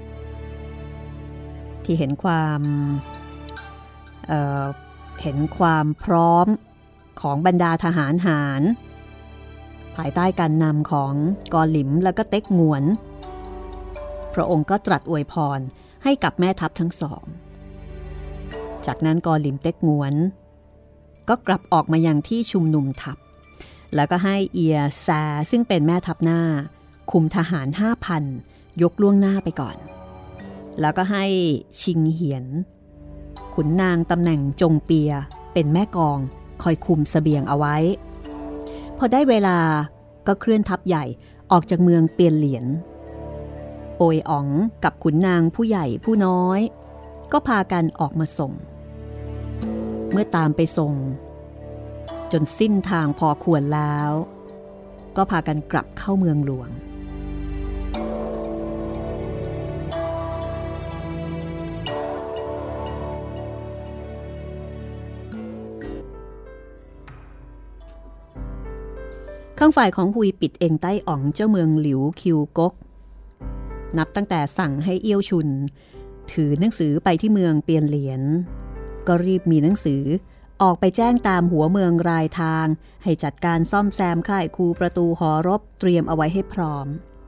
ที่เห็นความพร้อมของบรรดาทหารหารภายใต้การนำของกอหลิมและก็เต็กงวนพระองค์ก็ตรัสอวยพรให้กับแม่ทัพทั้งสองจากนั้นกอหลิมเต็กงวนก็กลับออกมายังที่ชุมนุมทัพแล้วก็ให้เอียซาซึ่งเป็นแม่ทัพหน้าคุมทหาร 5,000 ยกล่วงหน้าไปก่อนแล้วก็ให้ชิงเหียนขุนนางตำแหน่งจงเปียเป็นแม่กองคอยคุมเสบียงเอาไว้พอได้เวลาก็เคลื่อนทัพใหญ่ออกจากเมืองเปียนเหลียนโอยอ๋องกับขุนนางผู้ใหญ่ผู้น้อยก็พากันออกมาส่งเมื่อตามไปส่งจนสิ้นทางพอควรแล้วก็พากันกลับเข้าเมืองหลวงข้างฝ่ายของฮุยปิดเองใต้อ๋องเจ้าเมืองหลิวคิวก๊กนับตั้งแต่สั่งให้เอี้ยวชุนถือหนังสือไปที่เมืองเปียนเหลียนก็รีบมีหนังสือออกไปแจ้งตามหัวเมืองรายทางให้จัดการซ่อมแซมค่ายคูประตูหอรบเตรียมเอาไว้ให้พร้อม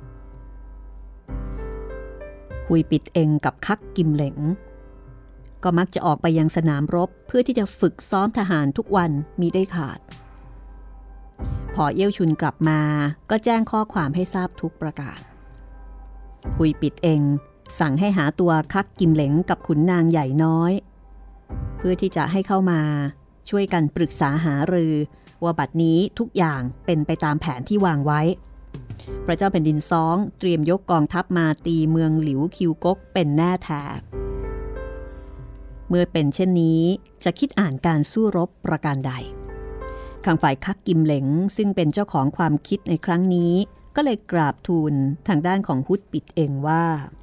ฮุยปิดเองกับคักกิมเหลงก็มักจะออกไปยังสนามรบเพื่อที่จะฝึกซ้อมทหารทุกวันมิได้ขาดพอเอี้ยวชุนกลับมาก็แจ้งข้อความให้ทราบทุกประการฮุยปิดเองสั่งให้หาตัวคักกิมเหลงกับขุนนางใหญ่น้อยเพื่อที่จะให้เข้ามาช่วยกันปรึกษาหารือว่าบัดนี้ทุกอย่างเป็นไปตามแผนที่วางไว้พระเจ้าแผ่นดินซ้องเตรียมยกกองทัพมาตีเมืองหลิวคิวก๊กเป็นแน่แท้เมื่อเป็นเช่นนี้จะคิดอ่านการสู้รบประการใดข้างฝ่ายคักกิมเหลงซึ่งเป็นเจ้าของความคิดในครั้งนี้ก็เลยกราบทูลทางด้านของฮุดปิดเองว่า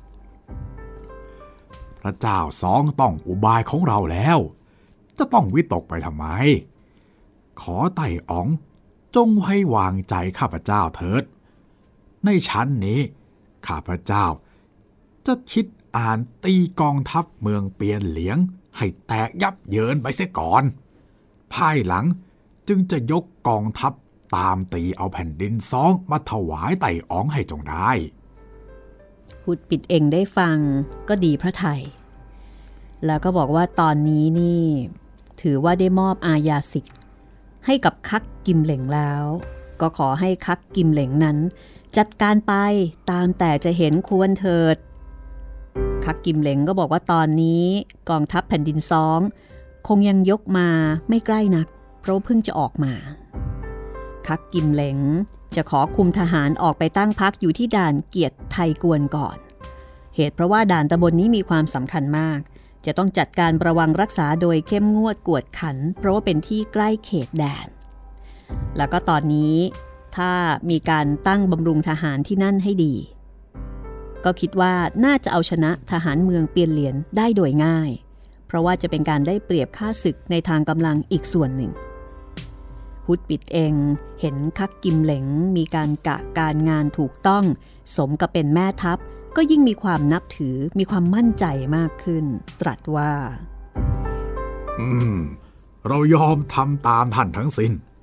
พระเจ้าซองต้องอุบายของเราแล้วจะต้องวิตกไปทำไมขอไต่อ๋องจงให้วางใจข้าพเจ้าเถิดในชั้นนี้ข้าพเจ้าจะคิดอ่านตีกองทัพเมืองเปียนเหลียงให้แตกยับเยินไปเสียก่อนภายหลังจึงจะยกกองทัพตามตีเอาแผ่นดินซ้องมาถวายไต่อ๋องให้จงได้ฮุดปิดเองได้ฟังก็ดีพระทัยแล้วก็บอกว่าตอนนี้นี่ถือว่าได้มอบอาญาสิทธิ์ให้กับคักกิมเหลงแล้วก็ขอให้คักกิมเหลงนั้นจัดการไปตามแต่จะเห็นควรเถิดคักกิมเหลงก็บอกว่าตอนนี้กองทัพแผ่นดินซ้องคงยังยกมาไม่ใกล้นักเพราะเพิ่งจะออกมาคักกิมเหลงจะขอคุมทหารออกไปตั้งพักอยู่ที่ด่านเกียรติไทกวนก่อนเหตุเพราะว่าด่านตำบลนี้มีความสำคัญมากจะต้องจัดการระวังรักษาโดยเข้มงวดกวดขันเพราะว่าเป็นที่ใกล้เขตแดนแล้วก็ตอนนี้ถ้ามีการตั้งบำรุงทหารที่นั่นให้ดีก็คิดว่าน่าจะเอาชนะทหารเมืองเปียนเหลียนได้โดยง่ายเพราะว่าจะเป็นการได้เปรียบค่าศึกในทางกำลังอีกส่วนหนึ่งฮุดปิดเองเห็นคักกิมเหลงมีการกะการงานถูกต้องสมกับเป็นแม่ทัพก็ยิ่งมีความนับถือมีความมั่นใจมากขึ้นตรัสว่าเรายอมทำตามท่านทั้งสิ้นเพ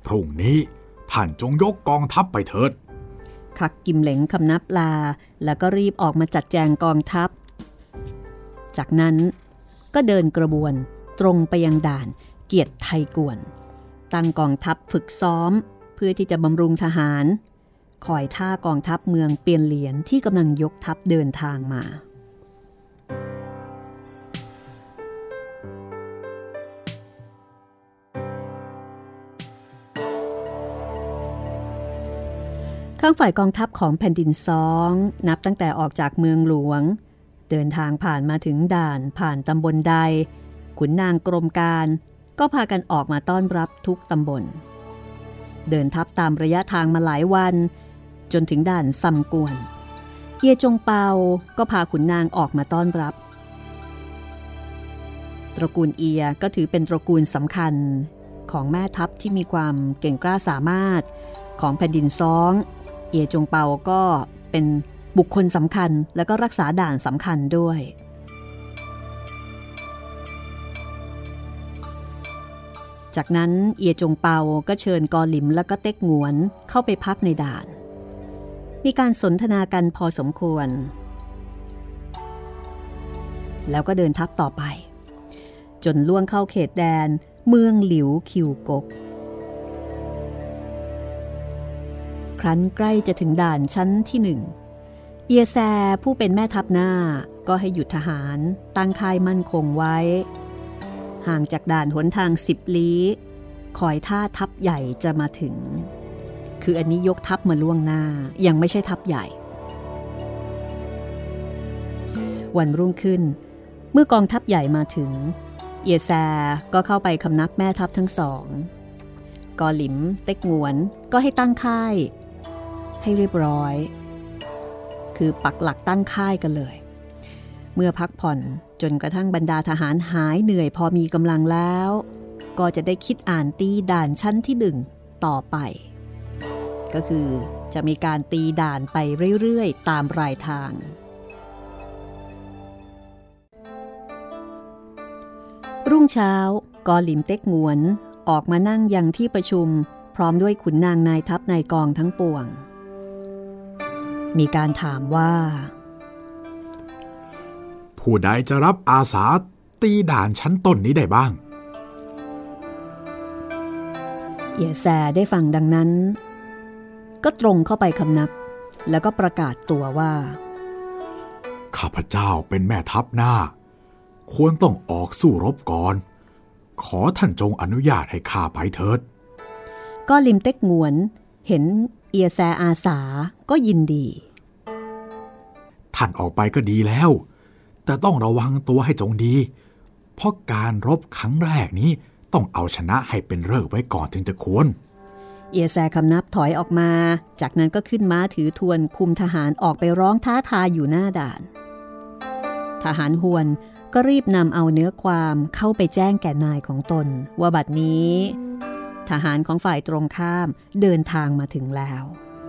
พรุ่งนี้ท่านจงยกกองทัพไปเถิดคักกิมเหลงคำนับลาแล้วก็รีบออกมาจัดแจงกองทัพจากนั้นก็เดินกระบวนตรงไปยังด่านเกียรติไทยกวนตั้งกองทัพฝึกซ้อมเพื่อที่จะบำรุงทหารคอยท่ากองทัพเมืองเปียนเหลียนที่กำลังยกทัพเดินทางมาข้างฝ่ายกองทัพของแผ่นดินซ้องนับตั้งแต่ออกจากเมืองหลวงเดินทางผ่านมาถึงด่านผ่านตำบลใดขุนนางกรมการก็พากันออกมาต้อนรับทุกตำบลเดินทัพตามระยะทางมาหลายวันจนถึงด่านซำกวนเอียจงเปาก็พาขุนนางออกมาต้อนรับตระกูลเอียก็ถือเป็นตระกูลสำคัญของแม่ทัพที่มีความเก่งกล้าสามารถของแผ่นดินซ้องเอียจงเปาก็เป็นบุคคลสำคัญและก็รักษาด่านสำคัญด้วยจากนั้นเอียจงเปาก็เชิญกอหลิมและก็เต็กหงวนเข้าไปพักในด่านมีการสนทนากันพอสมควรแล้วก็เดินทัพต่อไปจนล่วงเข้าเขตแดนเมืองหลิวคิวกกครั้นใกล้จะถึงด่านชั้นที่หนึ่งเอียแซผู้เป็นแม่ทัพหน้าก็ให้หยุดทหารตั้งค่ายมั่นคงไว้ห่างจากด่านหนทาง10 ลี้คอยท่าทัพใหญ่จะมาถึงคืออันนี้ยกทัพมาล่วงหน้ายังไม่ใช่ทัพใหญ่วันรุ่งขึ้นเมื่อกองทัพใหญ่มาถึงเอียแซก็เข้าไปคำนับแม่ทัพทั้งสองกอหลิมเต็กหงวนก็ให้ตั้งค่ายให้เรียบร้อยคือปักหลักตั้งค่ายกันเลยเมื่อพักผ่อนจนกระทั่งบรรดาทหารหายเหนื่อยพอมีกำลังแล้วก็จะได้คิดอ่านตีด่านชั้นที่1ต่อไปก็คือจะมีการตีด่านไปเรื่อยๆตามรายทางรุ่งเช้ากอหลิมเต็กหงวนออกมานั่งยังที่ประชุมพร้อมด้วยขุนนางนายทัพนายกองทั้งปวงมีการถามว่าผู้ใดจะรับอาสาตีด่านชั้นต้นนี้ได้บ้างเอียแซได้ฟังดังนั้นก็ตรงเข้าไปคำนับแล้วก็ประกาศตัวว่าข้าพเจ้าเป็นแม่ทัพหน้าควรต้องออกสู้รบก่อนขอท่านจงอนุญาตให้ข้าไปเถิดก็ลิมเต็กหงวนเห็นเอียแซอาสาก็ยินดีท่านออกไปก็ดีแล้วแต่ต้องระวังตัวให้จงดีเพราะการรบครั้งแรกนี้ต้องเอาชนะให้เป็นฤกษ์ไว้ก่อนถึงจะควรเอียแซคำนับถอยออกมาจากนั้นก็ขึ้นม้าถือทวนคุมทหารออกไปร้องท้าทายอยู่หน้าด่านทหารฮวนก็รีบนำเอาเนื้อความเข้าไปแจ้งแก่นายของตนว่าบัดนี้ทหารของฝ่ายตรงข้ามเดินทางมาถึงแล้ว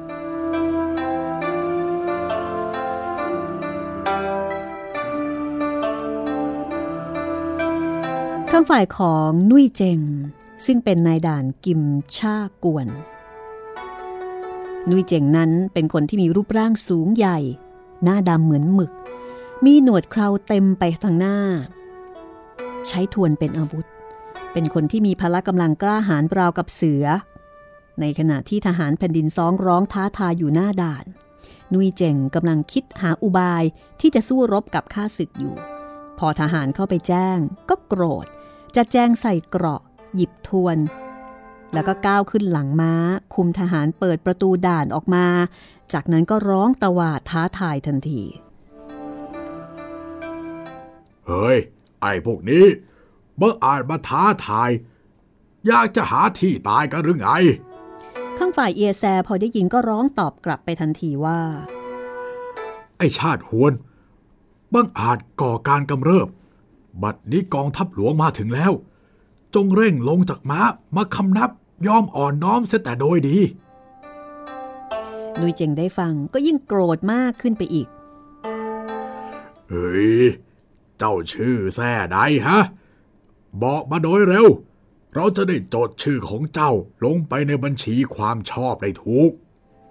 ข้างฝ่ายของนุ้ยเจงซึ่งเป็นนายด่านกิมชากวนนุ้ยเจงนั้นเป็นคนที่มีรูปร่างสูงใหญ่หน้าดำเหมือนหมึกมีหนวดเคราเต็มไปทางหน้าใช้ทวนเป็นอาวุธเป็นคนที่มีพละกำลังกล้าหาญราวกับเสือในขณะที่ทหารแผ่นดินซ้องร้องท้าทายอยู่หน้าด่านนุ้ยเจงกำลังคิดหาอุบายที่จะสู้รบกับข้าศึกอยู่พอทหารเข้าไปแจ้งก็โกรธจะแจ้งใส่เกราะหยิบทวนแล้วก็ก้าวขึ้นหลังม้าคุมทหารเปิดประตูด่านออกมาจากนั้นก็ร้องตวาดท้าทายทันทีเฮ้ยไอ้พวกนี้เมื่ออาจมาท้าทายอยากจะหาที่ตายกันหรือไงข้างฝ่ายเอียแซพอได้ยินก็ร้องตอบกลับไปทันทีว่าไอ้ชาติฮวนบังอาจก่อการกำเริบบัดนี้กองทัพหลวงมาถึงแล้วจงเร่งลงจากม้ามาคำนับยอมอ่อนน้อมเสียแต่โดยดีนุ้ยเจงได้ฟังก็ยิ่งโกรธมากขึ้นไปอีกเฮ้ยเจ้าชื่อแซ่ใดฮะบอกมาโดยเร็วเราจะได้จดชื่อของเจ้าลงไปในบัญชีความชอบได้ถูก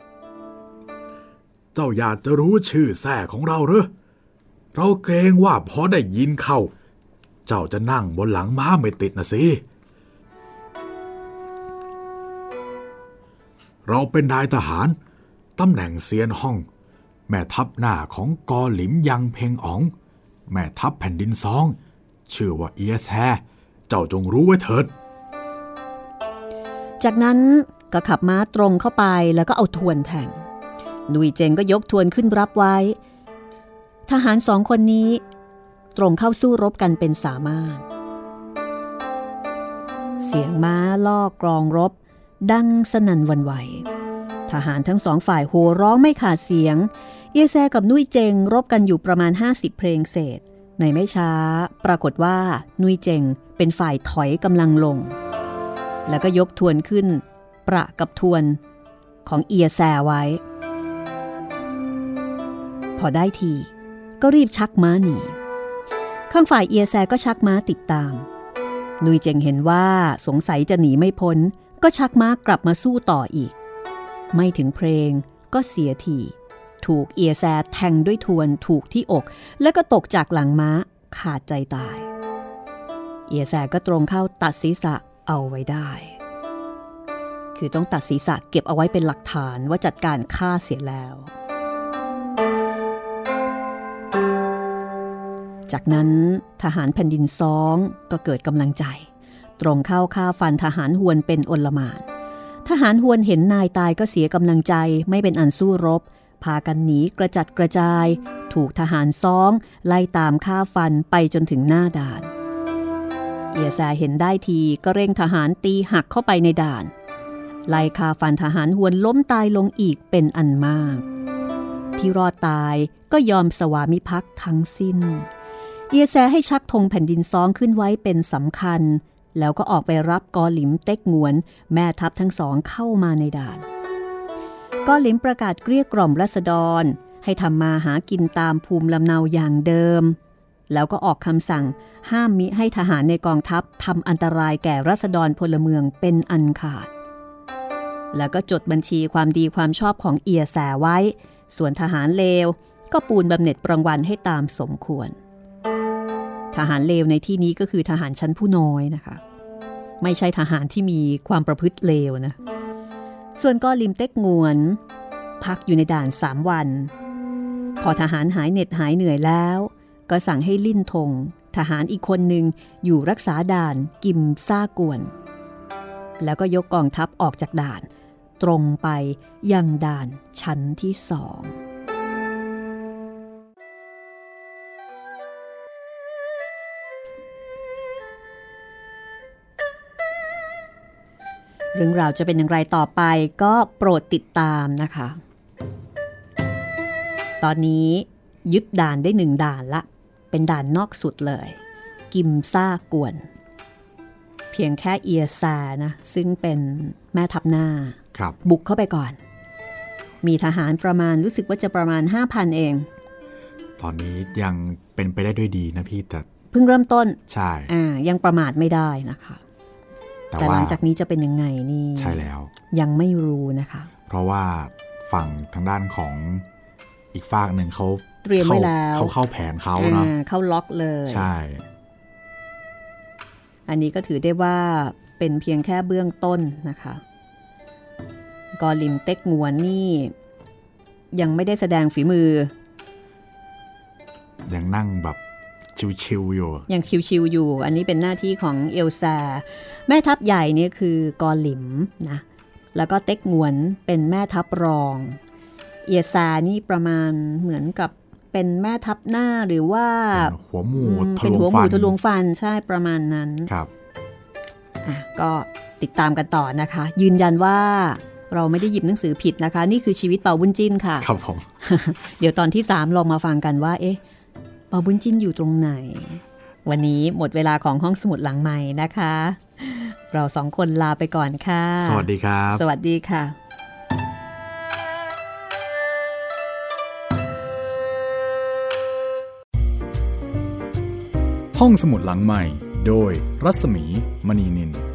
เจ้าอยากจะรู้ชื่อแท้ของเราหรือเราเกรงว่าพอได้ยินเข้าเจ้าจะนั่งบนหลังม้าไม่ติดนะสิเราเป็นนายทหารตำแหน่งเซียนฮ่องแม่ทัพหน้าของกอหลิมยังเพ็งอ๋องแม่ทัพแผ่นดินซองชื่อว่าเอียแซเจ้าจงรู้ไว้เถิดจากนั้นก็ขับม้าตรงเข้าไปแล้วก็เอาทวนแทงนุยเจงก็ยกทวนขึ้นรับไว้ทหารสองคนนี้ตรงเข้าสู้รบกันเป็นสามารถเสียงม้าล่อกลองรบดังสนั่นหวั่นไหวทหารทั้งสองฝ่ายโห่ร้องไม่ขาดเสียงเยแซกับนุยเจงรบกันอยู่ประมาณ50เพลงเศษในไม่ช้าปรากฏว่านุยเจงเป็นฝ่ายถอยกำลังลงแล้วก็ยกทวนขึ้นประกับทวนของเอียแซไว้พอได้ทีก็รีบชักม้าหนีข้างฝ่ายเอียแซก็ชักม้าติดตามนุยเจงเห็นว่าสงสัยจะหนีไม่พ้นก็ชักม้ากลับมาสู้ต่ออีกไม่ถึงเพลงก็เสียทีถูกเอียแซแทงด้วยทวนถูกที่อกแล้วก็ตกจากหลังม้าขาดใจตายเอียแซก็ตรงเข้าตัดศีรษะเอาไว้ได้คือต้องตัดศีรษะเก็บเอาไว้เป็นหลักฐานว่าจัดการฆ่าเสียแล้วจากนั้นทหารแผ่นดินซ้องก็เกิดกำลังใจตรงเข้าฆ่าฟันทหารฮวนเป็นอลหม่านทหารฮวนเห็นนายตายก็เสียกำลังใจไม่เป็นอันสู้รบพากันหนีกระจัดกระจายถูกทหารซ้องไล่ตามฆ่าฟันไปจนถึงหน้าด่านเอียแซเห็นได้ทีก็เร่งทหารตีหักเข้าไปในด่านไล่ฆ่าฟันทหารฮวนล้มตายลงอีกเป็นอันมากที่รอดตายก็ยอมสวามิภักดิ์ทั้งสิ้นเอียแซให้ชักธงแผ่นดินซ้องขึ้นไว้เป็นสำคัญแล้วก็ออกไปรับกอหลิมเต็กงวนแม่ทัพทั้งสองเข้ามาในด่านกอหลิมประกาศเกลี้ยกล่อมราษฎรให้ทำมาหากินตามภูมิลำเนาอย่างเดิมแล้วก็ออกคำสั่งห้ามมิให้ทหารในกองทัพทำอันตรายแก่ราษฎรพลเมืองเป็นอันขาดแล้วก็จดบัญชีความดีความชอบของเอียแซไว้ส่วนทหารเลวก็ปูนบำเหน็จรางวัลให้ตามสมควรทหารเลวในที่นี้ก็คือทหารชั้นผู้น้อยนะคะไม่ใช่ทหารที่มีความประพฤติเลวนะส่วนกอลิมเต็กงวนพักอยู่ในด่าน3 วันพอทหารหายเหน็ดหายเหนื่อยแล้วก็สั่งให้ลิ่นธงทหารอีกคนหนึ่งอยู่รักษาด่านกิมซ่ากวนแล้วก็ยกกองทัพออกจากด่านตรงไปยังด่านชั้นที่2เรื่องราวจะเป็นอย่างไรต่อไปก็โปรดติดตามนะคะตอนนี้ยึดด่านได้1 ด่านละเป็นด่านนอกสุดเลยกิมซ่ากวนเพียงแค่เอียซานะซึ่งเป็นแม่ทัพหน้าบุกเข้าไปก่อนมีทหารประมาณรู้สึกว่าจะประมาณ 5,000 เองตอนนี้ยังเป็นไปได้ด้วยดีนะพี่แต่เพิ่งเริ่มต้นใช่ยังประมาทไม่ได้นะคะแต่หลังจากนี้จะเป็นยังไงนี่ใช่แล้วยังไม่รู้นะคะเพราะว่าฝั่งทางด้านของอีกฝากหนึ่งเขาเตรียมไว้แล้วเขาเข้าแผนเขาเนาะเข้าล็อกเลยใช่อันนี้ก็ถือได้ว่าเป็นเพียงแค่เบื้องต้นนะคะกอลิมเต็กงวนนี่ยังไม่ได้แสดงฝีมือยังนั่งแบบชิวๆอยู่ยังชิวๆอยู่อันนี้เป็นหน้าที่ของเอลซาแม่ทัพใหญ่นี่คือกอหลิมนะแล้วก็เต็กงวนเป็นแม่ทัพรองเอียซานี่ประมาณเหมือนกับเป็นแม่ทัพหน้าหรือว่าหัวหมูเป็นหัวหมูทะลวงฟันใช่ประมาณนั้นครับก็ติดตามกันต่อนะคะยืนยันว่าเราไม่ได้หยิบหนังสือผิดนะคะนี่คือชีวิตเป่าบุญจิ้นค่ะครับผมเดี๋ยวตอนที่3ลองมาฟังกันว่าเอ๊ะเป่าบุญจิ้นอยู่ตรงไหนวันนี้หมดเวลาของห้องสมุดหลังใหม่นะคะเรา2 คนลาไปก่อนค่ะสวัสดีครับสวัสดีค่ะห้องสมุดหลังใหม่โดยรัศมีมณีนิน